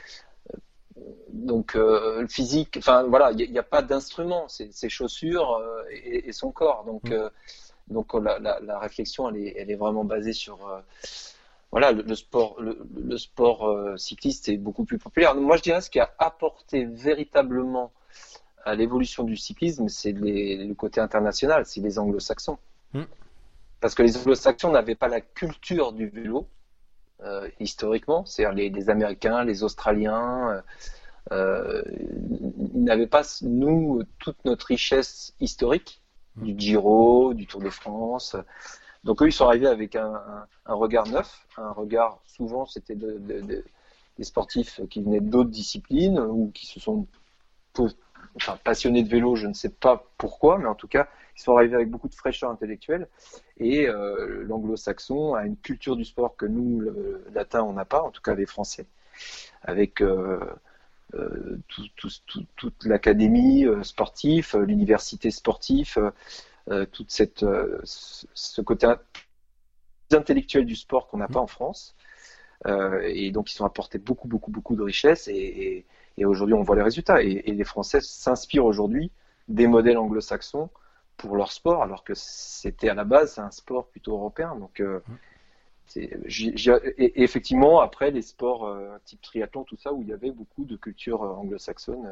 Donc euh, le physique, enfin voilà, il n'y a, a pas d'instrument, c'est ses chaussures euh, et, et son corps. Donc, mmh. euh, donc la, la, la réflexion, elle est, elle est vraiment basée sur euh, voilà le, le sport, le, le sport euh, cycliste est beaucoup plus populaire. Moi, je dirais ce qui a apporté véritablement à l'évolution du cyclisme, c'est les, le côté international, c'est les Anglo-Saxons, mmh. parce que les Anglo-Saxons n'avaient pas la culture du vélo. Euh, historiquement, c'est-à-dire les, les Américains, les Australiens, euh, ils n'avaient pas, nous, toute notre richesse historique, du Giro, du Tour de France. Donc eux, ils sont arrivés avec un, un, un regard neuf, un regard, souvent, c'était de, de, de, des sportifs qui venaient d'autres disciplines ou qui se sont enfin, passionnés de vélo, je ne sais pas pourquoi, mais en tout cas, ils sont arrivés avec beaucoup de fraîcheur intellectuelle. Et euh, l'anglo-saxon a une culture du sport que nous, le latin, on n'a pas, en tout cas les Français, avec euh, euh, tout, tout, tout, toute l'académie euh, sportive, euh, l'université sportive, euh, toute cette, euh, ce côté intellectuel du sport qu'on n'a pas en France. Euh, et donc, ils ont apporté beaucoup, beaucoup, beaucoup de richesse. Et, et, Et aujourd'hui, on voit les résultats. Et, et les Français s'inspirent aujourd'hui des modèles anglo-saxons pour leur sport, alors que c'était à la base un sport plutôt européen. Donc, euh, c'est, j'ai, j'ai, et, et effectivement, après, les sports euh, type triathlon, tout ça, où il y avait beaucoup de culture euh, anglo-saxonne,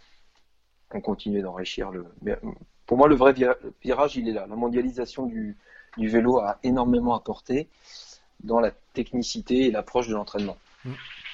euh, on continuait d'enrichir le. Mais, euh, pour moi, le vrai vira- virage, il est là. La mondialisation du, du vélo a énormément apporté dans la technicité et l'approche de l'entraînement. Mmh.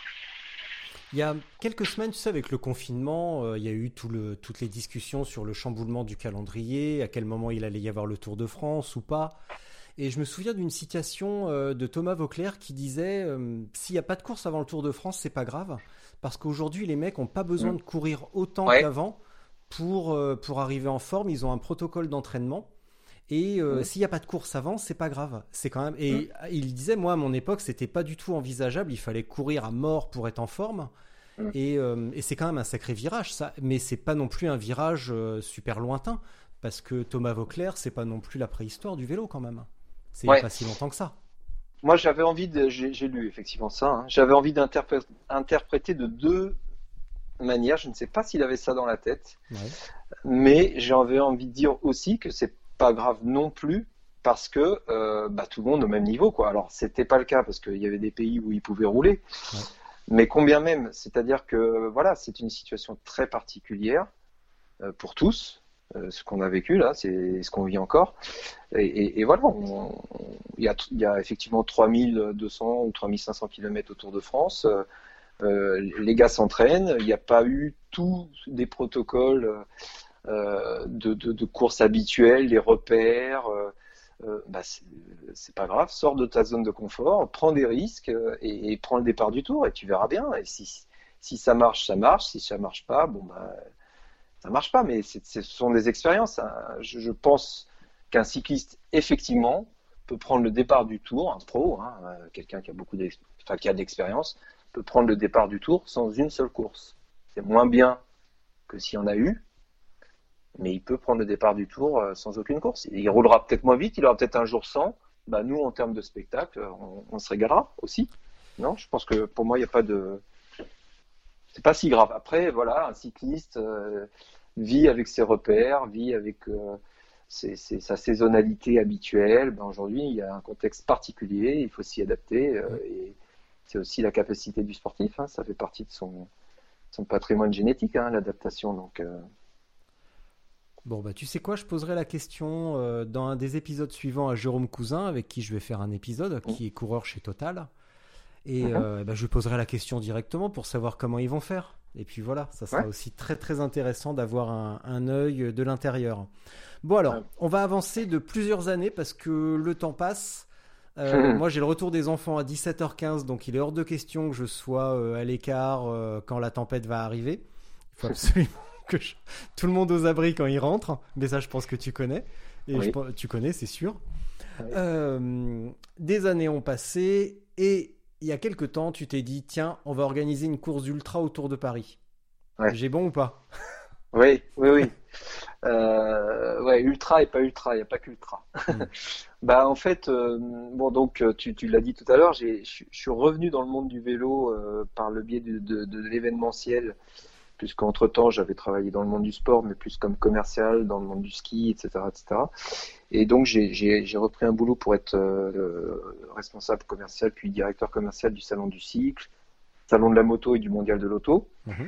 Il y a quelques semaines, tu sais, avec le confinement, euh, il y a eu tout le, toutes les discussions sur le chamboulement du calendrier, à quel moment il allait y avoir le Tour de France ou pas. Et je me souviens d'une citation euh, de Thomas Vauclair qui disait euh, s'il n'y a pas de course avant le Tour de France, c'est pas grave, parce qu'aujourd'hui, les mecs n'ont pas besoin Mmh. de courir autant Ouais. qu'avant pour, euh, pour arriver en forme. Ils ont un protocole d'entraînement. Et euh, Mmh. s'il n'y a pas de course avant, c'est pas grave. C'est quand même. Et Mmh. il disait, moi, à mon époque, c'était pas du tout envisageable. Il fallait courir à mort pour être en forme. Mmh. Et, euh, et c'est quand même un sacré virage, ça. Mais c'est pas non plus un virage euh, super lointain, parce que Thomas Vauclair, c'est pas non plus la préhistoire du vélo quand même. C'est il y a Ouais. pas si longtemps que ça. Moi, j'avais envie de, j'ai, j'ai lu effectivement ça, hein. J'avais envie d'interpréter de deux manières. Je ne sais pas s'il avait ça dans la tête, Ouais. mais j'avais envie de dire aussi que c'est pas grave non plus parce que euh, bah, tout le monde au même niveau, quoi. Alors, c'était pas le cas parce qu'il y avait des pays où ils pouvaient rouler, Ouais. mais combien même. C'est-à-dire que voilà, c'est une situation très particulière euh, pour tous. Euh, ce qu'on a vécu là, c'est ce qu'on vit encore. Et, et, et voilà, on- on- il y a, il y a effectivement trois mille deux cents ou trois mille cinq cents kilomètres autour de France. Euh, euh, les gars s'entraînent. Il n'y a pas eu tous des protocoles euh, de, de, de course habituels, les repères. Euh, euh, bah c'est, c'est pas grave. Sors de ta zone de confort, prends des risques euh, et, et prends le départ du tour et tu verras bien. Et si, si ça marche, ça marche. Si ça marche pas, bon bah ça marche pas, mais c'est, ce sont des expériences, hein. Je, je pense qu'un cycliste, effectivement, peut prendre le départ du tour, un pro, hein, euh, quelqu'un qui a beaucoup d'ex- enfin, qui a d'expérience, peut prendre le départ du tour sans une seule course. C'est moins bien que s'il y en a eu, mais il peut prendre le départ du tour euh, sans aucune course. Il roulera peut-être moins vite, il aura peut-être un jour sans. Bah, nous, en termes de spectacle, on, on se régalera aussi. Non, je pense que pour moi, il n'y a pas de... C'est pas si grave. Après, voilà, un cycliste euh, vit avec ses repères, vit avec euh, ses- ses- sa saisonnalité habituelle. Ben, aujourd'hui, il y a un contexte particulier, il faut s'y adapter. Euh, et c'est aussi la capacité du sportif, hein, ça fait partie de son, son patrimoine génétique, hein, l'adaptation. Donc, euh, Bon, bah, tu sais quoi, je poserai la question euh, dans un des épisodes suivants à Jérôme Cousin, avec qui je vais faire un épisode, qui est coureur chez Total. Et Mhm. euh, bah, je lui poserai la question directement pour savoir comment ils vont faire. Et puis voilà, ça sera Ouais. aussi très très intéressant d'avoir un, un œil de l'intérieur. Bon alors, Ouais. on va avancer de plusieurs années parce que le temps passe. Euh, Mhm. moi j'ai le retour des enfants à dix-sept heures quinze, donc il est hors de question que je sois euh, à l'écart euh, quand la tempête va arriver. Il faut absolument que je... tout le monde aux abris quand il rentre, mais ça je pense que tu connais. Et Oui. je pense- tu connais, c'est sûr. Oui. Euh, des années ont passé et il y a quelques temps, tu t'es dit, tiens, on va organiser une course d'ultra autour de Paris. Ouais. J'ai bon ou pas? Oui, oui, oui. Euh, ouais, ultra et pas ultra, il n'y a pas qu'ultra. Mm. Bah, en fait, euh, bon, donc, euh, tu, tu l'as dit tout à l'heure, j'ai, je je suis revenu dans le monde du vélo euh, par le biais de, de, de l'événementiel, puisqu'entre-temps, j'avais travaillé dans le monde du sport, mais plus comme commercial, dans le monde du ski, et cetera, et cetera. Et donc, j'ai, j'ai, j'ai repris un boulot pour être euh, responsable commercial, puis directeur commercial du Salon du cycle, Salon de la moto et du Mondial de l'auto. Mhm.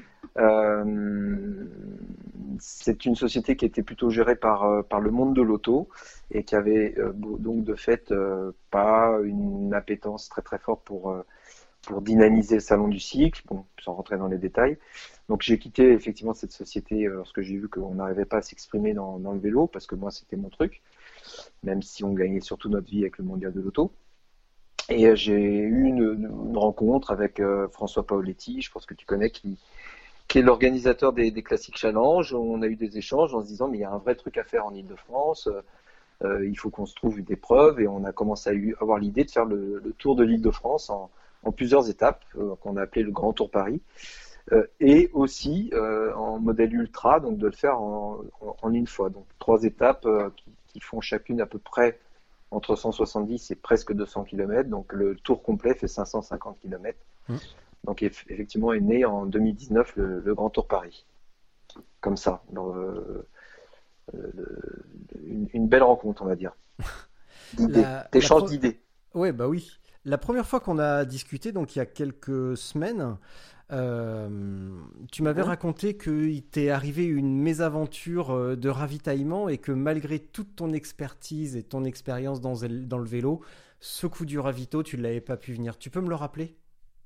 Euh, c'est une société qui était plutôt gérée par, euh, par le monde de l'auto et qui avait euh, bo- donc de fait euh, pas une appétence très très forte pour, euh, pour dynamiser le salon du cycle, bon, sans rentrer dans les détails. Donc j'ai quitté effectivement cette société euh, lorsque j'ai vu qu'on n'arrivait pas à s'exprimer dans, dans le vélo, parce que moi c'était mon truc, même si on gagnait surtout notre vie avec le mondial de l'auto. Et euh, j'ai eu une, une rencontre avec euh, François Paoletti, je pense que tu connais, qui, qui est l'organisateur des, des Classiques Challenge. On a eu des échanges en se disant mais il y a un vrai truc à faire en Île-de-France, euh, il faut qu'on se trouve une épreuve, et on a commencé à eu- avoir l'idée de faire le, le tour de l'Île-de-France en, en plusieurs étapes, euh, qu'on a appelé le Grand Tour Paris, euh, et aussi euh, en modèle ultra, donc de le faire en, en, en une fois. Donc trois étapes euh, qui, qui font chacune à peu près entre cent soixante-dix et presque deux cents kilomètres, donc le tour complet fait cinq cent cinquante kilomètres. Mmh. Donc eff- effectivement est né en deux mille dix-neuf le, le Grand Tour Paris. Comme ça, dans, euh, euh, une, une belle rencontre, on va dire. D'idées, La- d'échange la pro- d'idées. Ouais, bah oui. La première fois qu'on a discuté, donc il y a quelques semaines, euh, tu m'avais Mhm. raconté qu'il t'est arrivé une mésaventure euh, de ravitaillement et que malgré toute ton expertise et ton expérience dans, el- dans le vélo, ce coup du ravito, tu ne l'avais pas pu venir. Tu peux me le rappeler?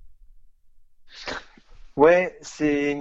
Ouais, c'est.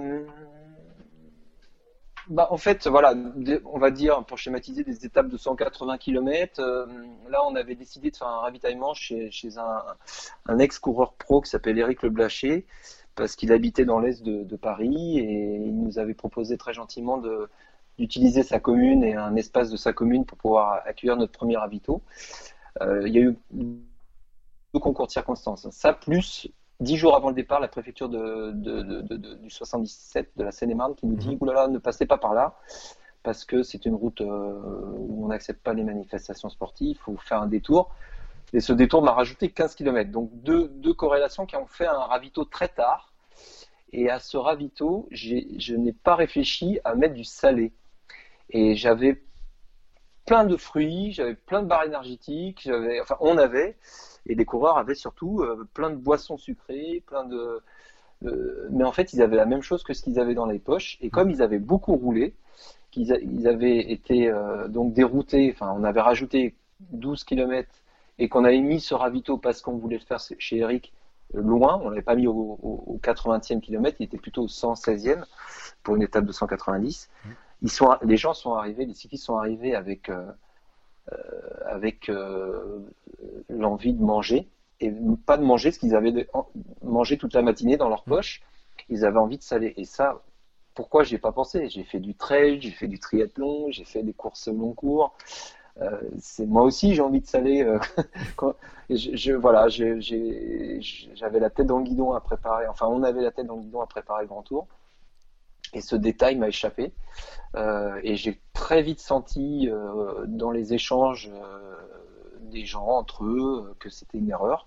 Bah, en fait, voilà, des- on va dire, pour schématiser, des étapes de cent quatre-vingts kilomètres. Là, on avait décidé de faire un ravitaillement chez, chez un, un ex-coureur pro qui s'appelle Éric Le Blacher, parce qu'il habitait dans l'est de, de Paris et il nous avait proposé très gentiment de, d'utiliser sa commune et un espace de sa commune pour pouvoir accueillir notre premier ravito. Euh, il y a eu deux concours de circonstances. Ça, plus dix jours avant le départ, la préfecture de, de, de, de, de- du soixante-dix-sept de la Seine-et-Marne qui nous dit Mhm. oulala, ne passez pas par là, parce que c'est une route euh, où on n'accepte pas les manifestations sportives, il faut faire un détour. Et ce détour m'a rajouté quinze kilomètres. Donc deux, deux corrélations qui ont fait un ravito très tard. Et à ce ravito, j'ai, je n'ai pas réfléchi à mettre du salé. Et j'avais plein de fruits, j'avais plein de barres énergétiques, j'avais, enfin on avait, et les coureurs avaient surtout euh, plein de boissons sucrées, plein de, de- mais en fait ils avaient la même chose que ce qu'ils avaient dans les poches, et comme ils avaient beaucoup roulé, qu'ils a- ils avaient été euh, donc déroutés, enfin on avait rajouté douze kilomètres, et qu'on avait mis ce ravito parce qu'on voulait le faire chez Eric euh, loin, on l'avait pas mis au, au, au quatre-vingtième kilomètre, il était plutôt au cent seizième pour une étape de cent quatre-vingt-dix. Ils sont, les gens sont arrivés, les cyclistes sont arrivés avec, euh, avec euh, l'envie de manger, et pas de manger ce qu'ils avaient de- en- mangé toute la matinée dans leur poche. Ils avaient envie de saler. Et ça, pourquoi j'y ai pas pensé? J'ai fait du trail, j'ai fait du triathlon, j'ai fait des courses long cours. Euh, c'est moi aussi j'ai envie de saler. euh, quand- et je, je- voilà, j'ai- j'ai- j'avais la tête dans le guidon à préparer. Enfin, on avait la tête dans le guidon à préparer le grand tour. Et ce détail m'a échappé. Euh, et j'ai très vite senti euh, dans les échanges euh, des gens entre eux euh, que c'était une erreur.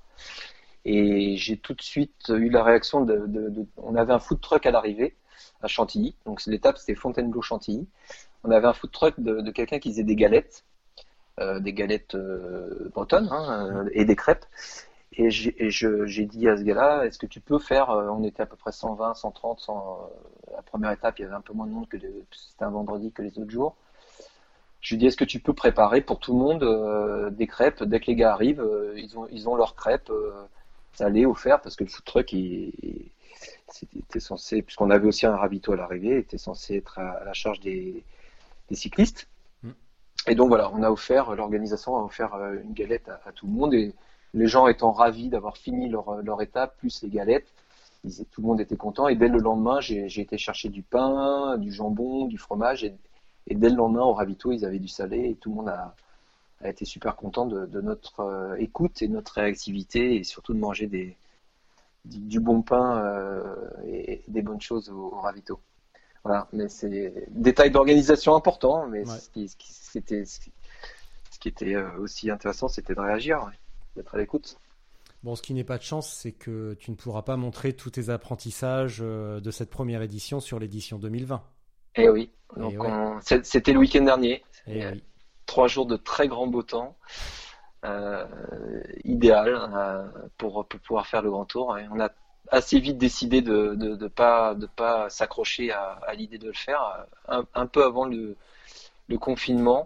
Et j'ai tout de suite eu la réaction de, de- de- on avait un food truck à l'arrivée à Chantilly. Donc l'étape c'était Fontainebleau Chantilly. On avait un food truck de, de quelqu'un qui faisait des galettes, euh, des galettes euh, bretonnes hein, euh, et des crêpes. Et j'ai et je- j'ai dit à ce gars-là, est-ce que tu peux faire, euh, on était à peu près cent vingt, cent trente, cent, euh, la première étape, il y avait un peu moins de monde que les- c'était un vendredi que les autres jours. Je lui dis, est-ce que tu peux préparer pour tout le monde euh, des crêpes dès que les gars arrivent, euh, ils ont ils ont leurs crêpes euh, salées offertes parce que le food truck il, il- c'était censé, puisqu'on avait aussi un ravito à l'arrivée, était censé être à, à la charge des, des cyclistes. Mm. Et donc voilà, on a offert, l'organisation a offert euh, une galette à, à tout le monde et les gens étant ravis d'avoir fini leur, leur étape, plus les galettes, ils- tout le monde était content. Et dès le lendemain, j'ai j'ai été chercher du pain, du jambon, du fromage. Et, et dès le lendemain, au ravito, ils avaient du salé et tout le monde a, a été super content de, de notre euh, écoute et notre réactivité et surtout de manger des, du, du bon pain euh, et des bonnes choses au, au ravito. Voilà, mais c'est détail d'organisation important, mais Ouais. ce qui, ce qui- c'était, ce qui, ce qui était euh, aussi intéressant, c'était de réagir, ouais, d'être à l'écoute. Bon, ce qui n'est pas de chance, c'est que tu ne pourras pas montrer tous tes apprentissages euh, de cette première édition sur l'édition deux mille vingt. Et oui, Et donc ouais. on- c'est- c'était le week-end dernier, Et Euh, oui. trois jours de très grand beau temps, euh, idéal euh, pour, pour pouvoir faire le grand tour. Et on a assez vite décidé de de, de pas de pas s'accrocher à, à l'idée de le faire, un, un peu avant le, le confinement,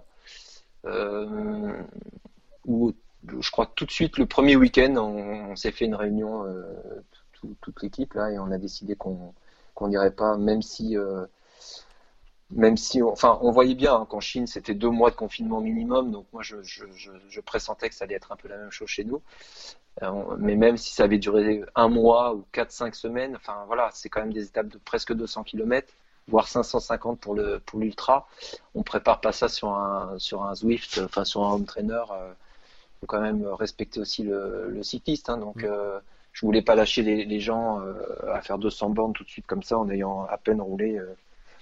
euh, où je crois que tout de suite le premier week-end, on, on s'est fait une réunion, euh, tout- toute l'équipe là, et on a décidé qu'on qu'on n'irait pas, même si euh, même si, on- enfin, on voyait bien hein, qu'en Chine, c'était deux mois de confinement minimum, donc moi, je, je, je, je pressentais que ça allait être un peu la même chose chez nous. Euh, on- mais même si ça avait duré un mois ou quatre, cinq semaines, enfin voilà, c'est quand même des étapes de presque deux cents kilomètres, voire cinq cent cinquante pour le pour l'ultra. On prépare pas ça sur un sur un Zwift, enfin sur un home trainer. Euh, faut quand même respecter aussi le, le cycliste, hein, donc. Euh, je voulais pas lâcher les, les gens euh, à faire deux cents bornes tout de suite comme ça en ayant à peine roulé. Euh,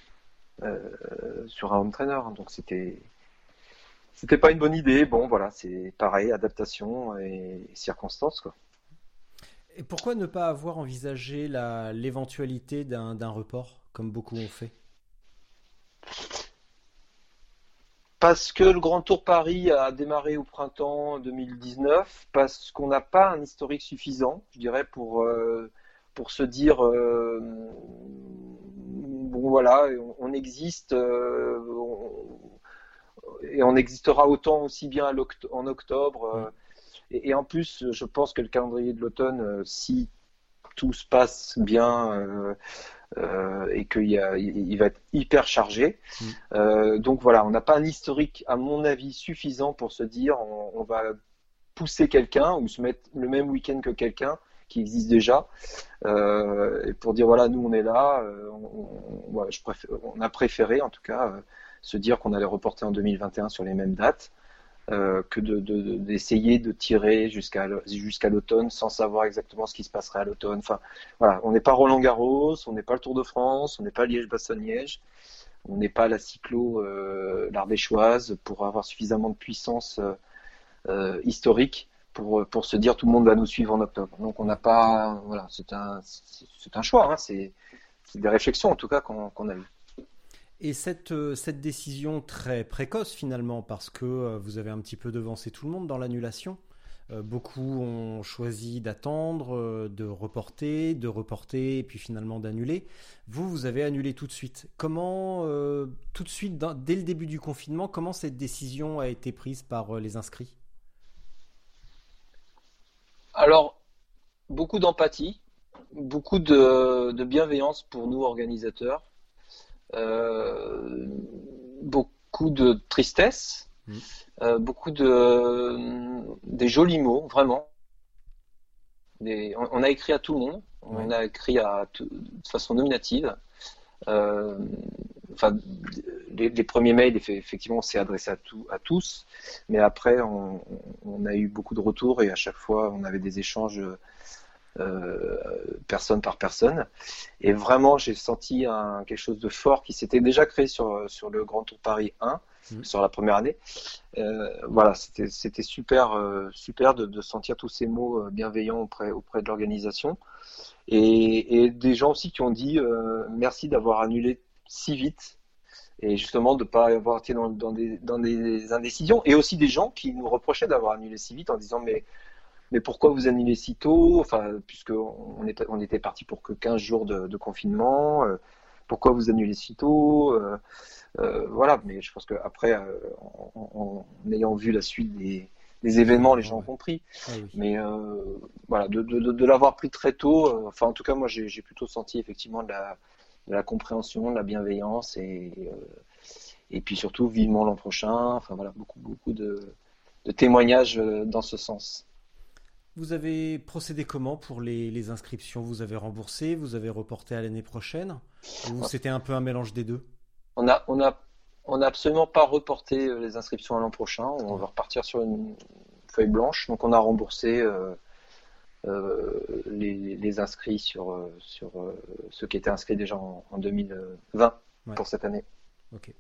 euh, sur un home trainer. Donc c'était c'était pas une bonne idée. Bon voilà, c'est pareil, adaptation et, et circonstances quoi. Et pourquoi ne pas avoir envisagé la, l'éventualité d'un, d'un report, comme beaucoup ont fait? Parce que le Grand Tour Paris a démarré au printemps deux mille dix-neuf, parce qu'on n'a pas un historique suffisant, je dirais, pour, euh, pour se dire, euh, bon voilà, on, on existe, euh, on- et on existera autant aussi bien à l'oct- en octobre. euh, et, et en plus, je pense que le calendrier de l'automne, euh, si tout se passe bien, euh, euh, et qu'il y a, il il va être hyper chargé. Mm. Euh, donc voilà, on n'a pas un historique, à mon avis, suffisant pour se dire on, on va pousser quelqu'un ou se mettre le même week-end que quelqu'un qui existe déjà, euh, et pour dire voilà, nous on est là. euh, on, on- voilà, je préfère- on a préféré en tout cas euh, se dire qu'on allait reporter en deux mille vingt et un sur les mêmes dates, euh, que de, de- de- d'essayer de tirer jusqu'à l- jusqu'à l'automne sans savoir exactement ce qui se passerait à l'automne. Enfin, voilà, on n'est pas Roland-Garros, on n'est pas le Tour de France, on n'est pas Liège-Bastogne-Liège, on n'est pas la cyclo euh, l'Ardéchoise pour avoir suffisamment de puissance euh, euh, historique pour, pour se dire tout le monde va nous suivre en octobre. Donc on n'a pas, voilà, c'est un, c'est c'est un choix, hein, c'est, c'est des réflexions en tout cas qu'on, qu'on a eues. Et cette, euh, cette décision très précoce finalement, parce que euh, vous avez un petit peu devancé tout le monde dans l'annulation. Euh, beaucoup ont choisi d'attendre, euh, de reporter, de reporter, et puis finalement d'annuler. Vous, vous avez annulé tout de suite. Comment, euh, tout de suite, dans- dès le début du confinement, comment cette décision a été prise par euh, les inscrits? Alors, beaucoup d'empathie, beaucoup de, de bienveillance pour nous organisateurs, euh, beaucoup de tristesse, Mm. euh, beaucoup de des jolis mots, vraiment. Des- on, on a écrit à tout le monde, on Ouais. a écrit à tout- de façon nominative. Euh, enfin, les, les premiers mails, effe- effectivement, on s'est adressé à, tout, à tous, mais après, on, on a eu beaucoup de retours et à chaque fois, on avait des échanges euh, personne par personne. Et vraiment, j'ai senti un, quelque chose de fort qui s'était déjà créé sur, sur le Grand Tour Paris un, Mm. sur la première année. Euh, voilà, c'était, c'était super, euh, super de, de sentir tous ces mots euh, bienveillants auprès, auprès de l'organisation. Et, et des gens aussi qui ont dit euh, merci d'avoir annulé si vite et justement de ne pas avoir été dans, dans, des, dans des indécisions. Et aussi des gens qui nous reprochaient d'avoir annulé si vite en disant mais, mais pourquoi vous annulez si tôt? Enfin, puisqu'on est, on était parti pour que quinze jours de, de confinement. Euh, pourquoi vous annulez si tôt? euh, euh, Voilà, mais je pense qu'après, euh, en, en, en ayant vu la suite des, des événements, les gens ont Ouais. compris. Ah oui. Mais euh, voilà, de, de, de, de l'avoir pris très tôt, euh, enfin en tout cas moi j'ai, j'ai plutôt senti effectivement de la, de la compréhension, de la bienveillance et, euh, et puis surtout vivement l'an prochain. Enfin voilà, beaucoup beaucoup de, de témoignages euh, dans ce sens. Vous avez procédé comment pour les, les inscriptions? Vous avez remboursé? Vous avez reporté à l'année prochaine? Ou c'était un peu un mélange des deux? On a on a on n'a absolument pas reporté euh, les inscriptions à l'an prochain. On va repartir sur une feuille blanche. Donc on a remboursé euh, euh, les, les inscrits sur, euh, sur euh, ceux qui étaient inscrits déjà en, en deux mille vingt Ouais. pour cette année. Ok.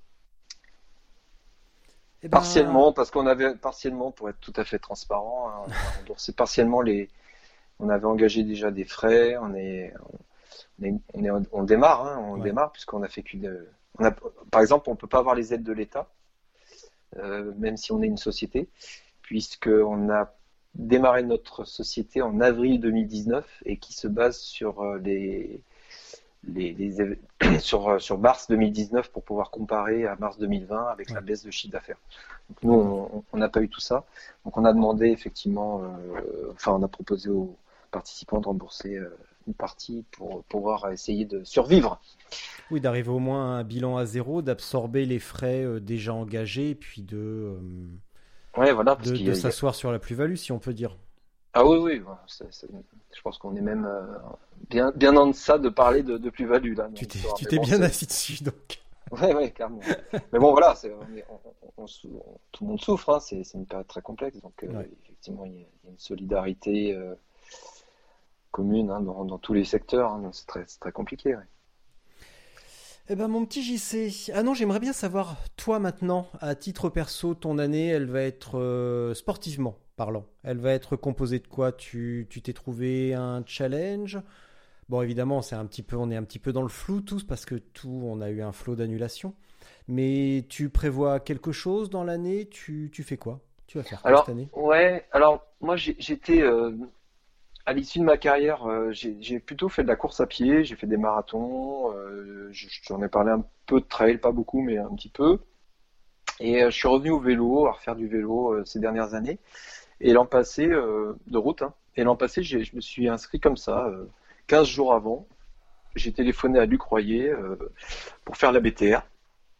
Eh ben, Partiellement, parce qu'on avait partiellement, pour être tout à fait transparent, hein, on a remboursé partiellement les. On avait engagé déjà des frais. On est, on, est, on, est- on démarre, hein, on Ouais. démarre puisqu'on a fait qu'une. On a, par exemple, on peut pas avoir les aides de l'État, euh, même si on est une société, puisqu'on a démarré notre société en avril deux mille dix-neuf et qui se base sur euh, les, les, les éve- sur, euh, sur mars deux mille dix-neuf pour pouvoir comparer à mars deux mille vingt avec la Ouais. baisse de chiffre d'affaires. Donc nous, on on n'a pas eu tout ça. Donc on a demandé effectivement, euh, enfin on a proposé aux participants de rembourser euh, une partie pour pouvoir essayer de survivre. oui, d'arriver au moins à un bilan à zéro, d'absorber les frais euh, déjà engagés, et puis de, euh, Ouais, voilà, parce de, qu'il y de a, il y a- s'asseoir sur la plus-value, si on peut dire. Ah oui, oui, bon, c'est- c'est- je pense qu'on est même euh, bien, bien en deçà de parler de, de plus-value là. dans Tu t'es, l'histoire. tu Mais t'es bon, bien c'est- assis dessus, donc. Ouais, ouais, clairement. Mais bon, voilà, c'est, on est- on- on- on sou- on- tout le monde souffre, hein, c'est, c'est une période très complexe, donc euh, Ouais. effectivement, il y, a, il y a une solidarité euh, commune hein, dans, dans tous les secteurs, hein, donc c'est très, c'est très compliqué. Ouais. Eh ben mon petit J C, ah non, j'aimerais bien savoir, toi maintenant, à titre perso, ton année, elle va être euh, sportivement parlant. Elle va être composée de quoi? Tu tu t'es trouvé un challenge? Bon, évidemment, c'est un petit peu, on est un petit peu dans le flou tous parce que tout, on a eu un flot d'annulation. Mais tu prévois quelque chose dans l'année? Tu tu fais quoi? Tu vas faire quoi cette Alors, année? ouais, alors moi j'ai- j'étais euh, à l'issue de ma carrière, euh, j'ai j'ai plutôt fait de la course à pied, j'ai fait des marathons, euh, je- j'en ai parlé un peu de trail, pas beaucoup, mais un petit peu. Et euh, je suis revenu au vélo, à refaire du vélo euh, ces dernières années. Et l'an passé, euh, de route, hein, et l'an passé, j'ai- je me suis inscrit comme ça, euh, quinze jours avant. J'ai téléphoné à Luc Royer euh, pour faire la B T R,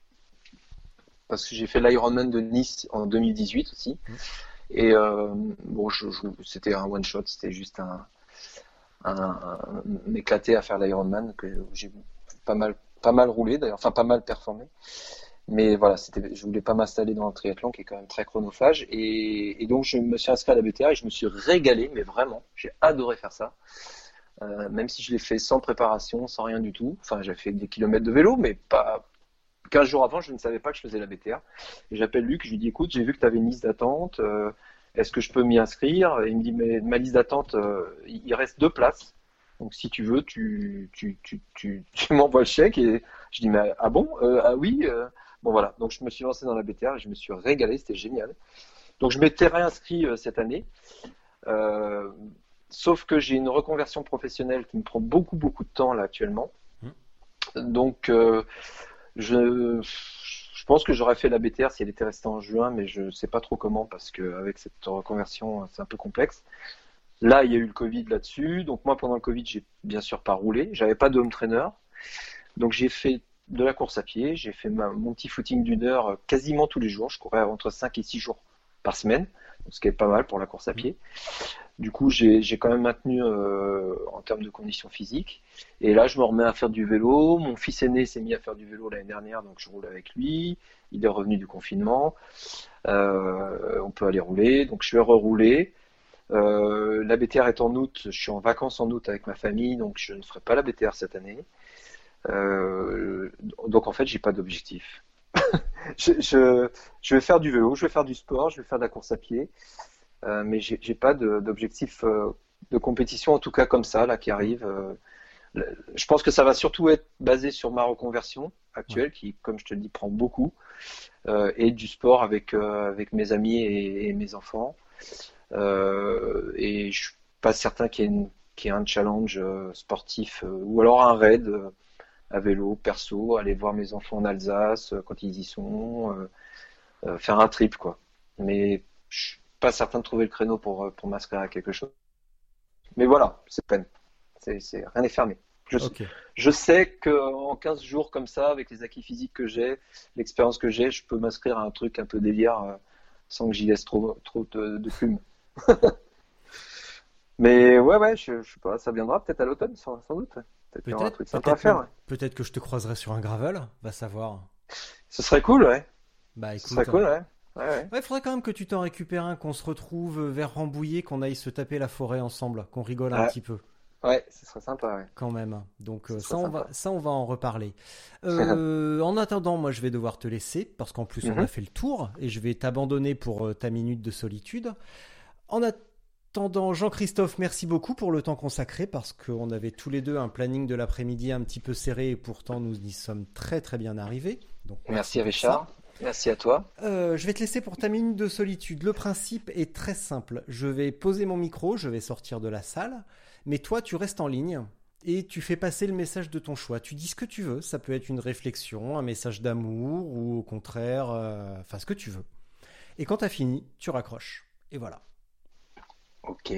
parce que j'ai fait l'Ironman de Nice en deux mille dix-huit aussi. Et euh, bon, je, je- c'était un one shot, c'était juste un, un, un- m'éclater à faire l'Ironman, que j'ai pas mal, pas mal roulé d'ailleurs, enfin pas mal performé. Mais voilà, c'était, je voulais pas m'installer dans le triathlon qui est quand même très chronophage. Et, et donc je me suis inscrit à la B T R et je me suis régalé, mais vraiment, j'ai adoré faire ça. Euh, même si je l'ai fait sans préparation, sans rien du tout. Enfin, j'ai fait des kilomètres de vélo, mais pas. quinze jours avant, je ne savais pas que je faisais la B T R. Et j'appelle Luc, je lui dis, écoute, j'ai vu que tu avais une liste d'attente, euh, est-ce que je peux m'y inscrire? Et il me dit, mais ma liste d'attente, euh, il reste deux places. Donc si tu veux, tu, tu, tu, tu, tu m'envoies le chèque. Et je dis, mais ah bon? Euh, Ah oui? euh. Bon voilà, donc je me suis lancé dans la B T R et je me suis régalé, c'était génial. Donc je m'étais réinscrit euh, cette année. Euh, Sauf que j'ai une reconversion professionnelle qui me prend beaucoup, beaucoup de temps là actuellement. Donc, euh, je, je pense que j'aurais fait la B T R si elle était restée en juin, mais je ne sais pas trop comment parce qu'avec cette reconversion, c'est un peu complexe. Là, il y a eu le Covid là-dessus. Donc, moi, pendant le Covid, j'ai bien sûr pas roulé. J'avais pas de home trainer. Donc, j'ai fait de la course à pied. J'ai fait ma, mon petit footing d'une heure quasiment tous les jours. Je courais entre cinq et six jours par semaine, ce qui est pas mal pour la course à pied. Du coup, j'ai j'ai quand même maintenu euh, en termes de conditions physiques. Et là, je me remets à faire du vélo. Mon fils aîné s'est mis à faire du vélo l'année dernière, donc je roule avec lui. Il est revenu du confinement. Euh, on peut aller rouler, donc je vais rerouler. Euh, la B T R est en août. Je suis en vacances en août avec ma famille, donc je ne ferai pas la B T R cette année. Euh, donc en fait, j'ai pas d'objectif. je, je, je vais faire du vélo, je vais faire du sport, je vais faire de la course à pied. Euh, mais j'ai j'ai pas de- d'objectif euh, de compétition, en tout cas comme ça, là, qui arrive. Euh, le- je pense que ça va surtout être basé sur ma reconversion actuelle, qui, comme je te le dis, prend beaucoup, euh, et du sport avec, euh, avec mes amis et, et mes enfants. Euh, et je suis pas certain qu'il y ait, une- qu'il y ait un challenge euh, sportif, euh, ou alors un raid euh, à vélo, perso, aller voir mes enfants en Alsace euh, quand ils y sont, euh, euh, faire un trip, quoi. Mais je suis pas certain de trouver le créneau pour, euh, pour m'inscrire à quelque chose. Mais voilà, c'est peine. C'est, c'est, rien n'est fermé. Je, Ok. je sais qu'en quinze jours comme ça, avec les acquis physiques que j'ai, l'expérience que j'ai, je peux m'inscrire à un truc un peu délire euh, sans que j'y laisse trop, trop de, de plumes. Mais ouais, ouais, je, je sais pas, ça viendra peut-être à l'automne, sans, sans doute. Ouais. Peut-être qu'il y aura un Peut-être, truc sympa à peut-être faire. même- Ouais. peut-être que je te croiserai sur un gravel, va savoir. Ce serait cool, ouais. Bah Ce serait écoute, cool, ouais. Ouais, ouais. ouais, faudrait quand même que tu t'en récupères un, qu'on se retrouve vers Rambouillet, qu'on aille se taper la forêt ensemble, qu'on rigole un Ouais. petit peu, Ouais, ce serait sympa, ouais. quand même. Donc euh, Ce ça, serait on va, sympa. ça, on va en reparler. Euh, en attendant, moi, je vais devoir te laisser parce qu'en plus, on a Mhm. fait le tour et je vais t'abandonner pour euh, ta minute de solitude. En attendant, Jean-Christophe, merci beaucoup pour le temps consacré parce qu'on avait tous les deux un planning de l'après-midi un petit peu serré et pourtant nous y sommes très très bien arrivés. Donc Merci pour Richard. ça. Merci à toi. Euh, je vais te laisser pour ta minute de solitude. Le principe est très simple. Je vais poser mon micro, je vais sortir de la salle, mais toi tu restes en ligne et tu fais passer le message de ton choix. Tu dis ce que tu veux, ça peut être une réflexion, un message d'amour ou au contraire, euh, enfin ce que tu veux. Et quand tu as fini, tu raccroches. Et voilà. Ok.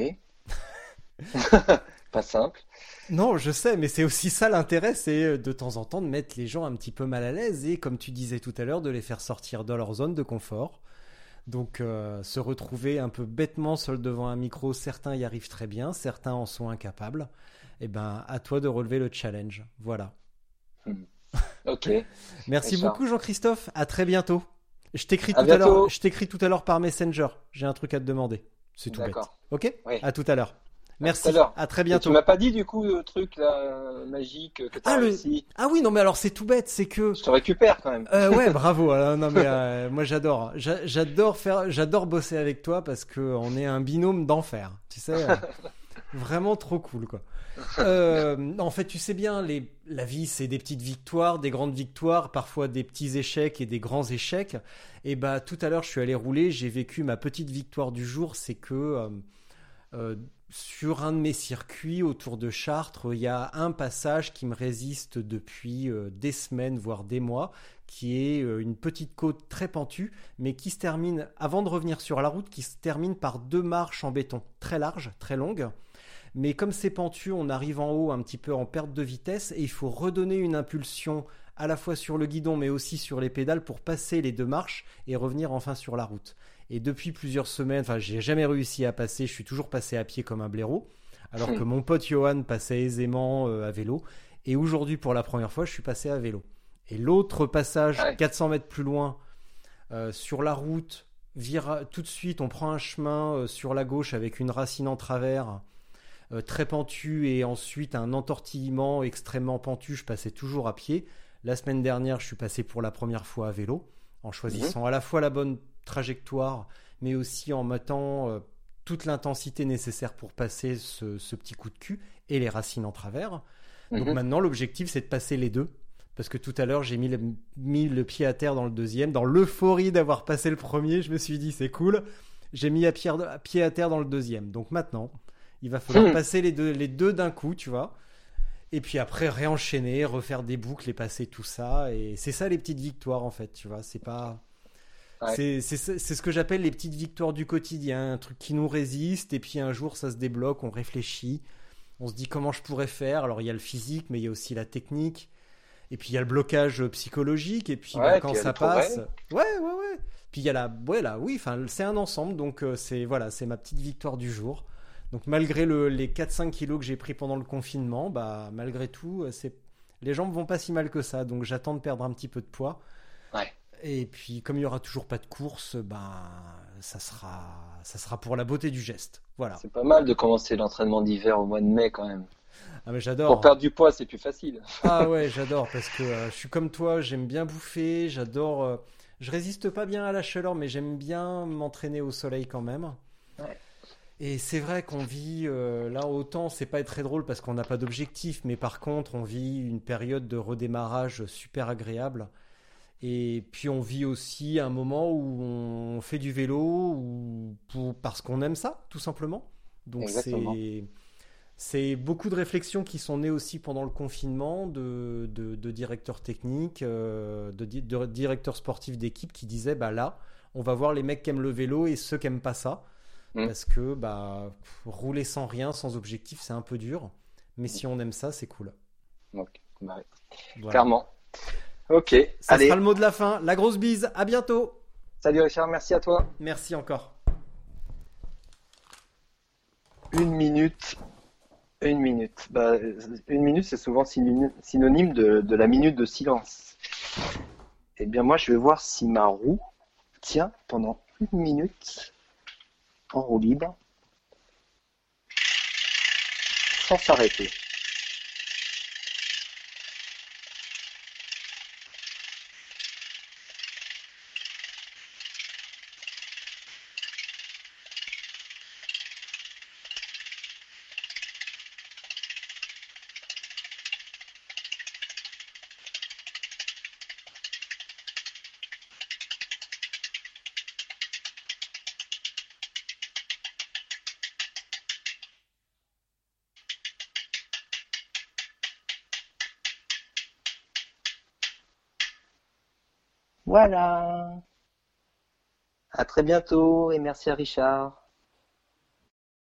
Pas simple. Non, je sais, mais c'est aussi ça l'intérêt, c'est euh, de temps en temps de mettre les gens un petit peu mal à l'aise et, comme tu disais tout à l'heure, de les faire sortir de leur zone de confort. Donc, euh, se retrouver un peu bêtement seul devant un micro, certains y arrivent très bien, certains en sont incapables. Eh ben, à toi de relever le challenge. Voilà. Ok. Merci Richard. beaucoup, Jean-Christophe. À très bientôt. Je t'écris À tout à l'heure. bientôt. Je t'écris tout à l'heure par Messenger. J'ai un truc à te demander. C'est tout bête. D'accord. Ok? Oui. À tout à l'heure. À tout Merci, à l'heure. à très Et tu bientôt. m'as pas dit du coup le truc là euh, magique euh, que Ah, t'as le... réussi. ah oui, non, mais alors c'est tout bête, c'est que... Je te récupère quand même. Euh, ouais, bravo. euh, non, mais euh, moi j'adore. J'a- J'adore faire, j'adore bosser avec toi parce que on est un binôme d'enfer. Tu sais, euh, vraiment trop cool, quoi. Euh, en fait, tu sais bien, les, la vie, c'est des petites victoires, des grandes victoires, parfois des petits échecs et des grands échecs. Et bah, tout à l'heure, je suis allé rouler, j'ai vécu ma petite victoire du jour, c'est que euh, euh, sur un de mes circuits autour de Chartres, il y a un passage qui me résiste depuis euh, des semaines, voire des mois, qui est euh, une petite côte très pentue, mais qui se termine, avant de revenir sur la route, qui se termine par deux marches en béton très larges, très longues. Mais comme c'est pentu, on arrive en haut un petit peu en perte de vitesse et il faut redonner une impulsion à la fois sur le guidon mais aussi sur les pédales pour passer les deux marches et revenir enfin sur la route. Et depuis plusieurs semaines, enfin j'ai jamais réussi à passer, je suis toujours passé à pied comme un blaireau, alors que mon pote Johan passait aisément euh, à vélo. Et aujourd'hui pour la première fois, je suis passé à vélo. Et l'autre passage, Ouais. quatre cents mètres plus loin, euh, sur la route, vira... tout de suite on prend un chemin euh, sur la gauche avec une racine en travers. Euh, très pentu et ensuite un entortillement extrêmement pentu, je passais toujours à pied. La semaine dernière, je suis passé pour la première fois à vélo, en choisissant mmh. à la fois la bonne trajectoire, mais aussi en mettant euh, toute l'intensité nécessaire pour passer ce, ce petit coup de cul et les racines en travers. Mmh. Donc maintenant, l'objectif, c'est de passer les deux. Parce que tout à l'heure, j'ai mis le, mis le pied à terre dans le deuxième. Dans l'euphorie d'avoir passé le premier, je me suis dit, c'est cool. J'ai mis à pied, à pied à terre dans le deuxième. Donc maintenant... il va falloir mmh. passer les deux, les deux d'un coup, tu vois. Et puis après, réenchaîner, refaire des boucles et passer tout ça. Et c'est ça les petites victoires, en fait, tu vois. C'est pas... Ouais. C'est, c'est, c'est ce que j'appelle les petites victoires du quotidien. Un truc qui nous résiste. Et puis un jour, ça se débloque, on réfléchit. On se dit comment je pourrais faire. Alors, il y a le physique, mais il y a aussi la technique. Et puis, il y a le blocage psychologique. Et puis, ouais, bah, quand puis ça passe... Ouais, ouais, ouais. Puis, il y a la... Ouais, là, oui, enfin, c'est un ensemble. Donc, euh, c'est, voilà, c'est ma petite victoire du jour. Donc malgré le, les quatre cinq kilos que j'ai pris pendant le confinement, bah, malgré tout, c'est... les jambes vont pas si mal que ça. Donc j'attends de perdre un petit peu de poids. Ouais. Et puis comme il y aura toujours pas de course, bah, ça sera, ça sera pour la beauté du geste. Voilà. C'est pas mal de commencer l'entraînement d'hiver au mois de mai quand même. Ah, mais j'adore. Pour perdre du poids, c'est plus facile. Ah ouais, j'adore parce que euh, je suis comme toi, j'aime bien bouffer, j'adore... Euh... Je résiste pas bien à la chaleur, mais j'aime bien m'entraîner au soleil quand même. Ouais. Et c'est vrai qu'on vit, euh, là autant c'est pas très drôle parce qu'on n'a pas d'objectif, mais par contre on vit une période de redémarrage super agréable. Et puis on vit aussi un moment où on fait du vélo ou pour, parce qu'on aime ça, tout simplement. Donc c'est, c'est beaucoup de réflexions qui sont nées aussi pendant le confinement de, de, de directeurs techniques, euh, de, de directeurs sportifs d'équipe qui disaient bah là, on va voir les mecs qui aiment le vélo et ceux qui aiment pas ça. Parce que bah, rouler sans rien, sans objectif, c'est un peu dur. Mais si on aime ça, c'est cool. Donc, bah, voilà. Clairement. Ok. Ça allez. sera le mot de la fin. La grosse bise. À bientôt. Salut Richard, merci à toi. Merci encore. Une minute. Une minute. Bah, une minute, c'est souvent synonyme de, de la minute de silence. Eh bien, moi, je vais voir si ma roue tient pendant une minute. En roue libre, sans s'arrêter. Voilà. À très bientôt et merci à Richard.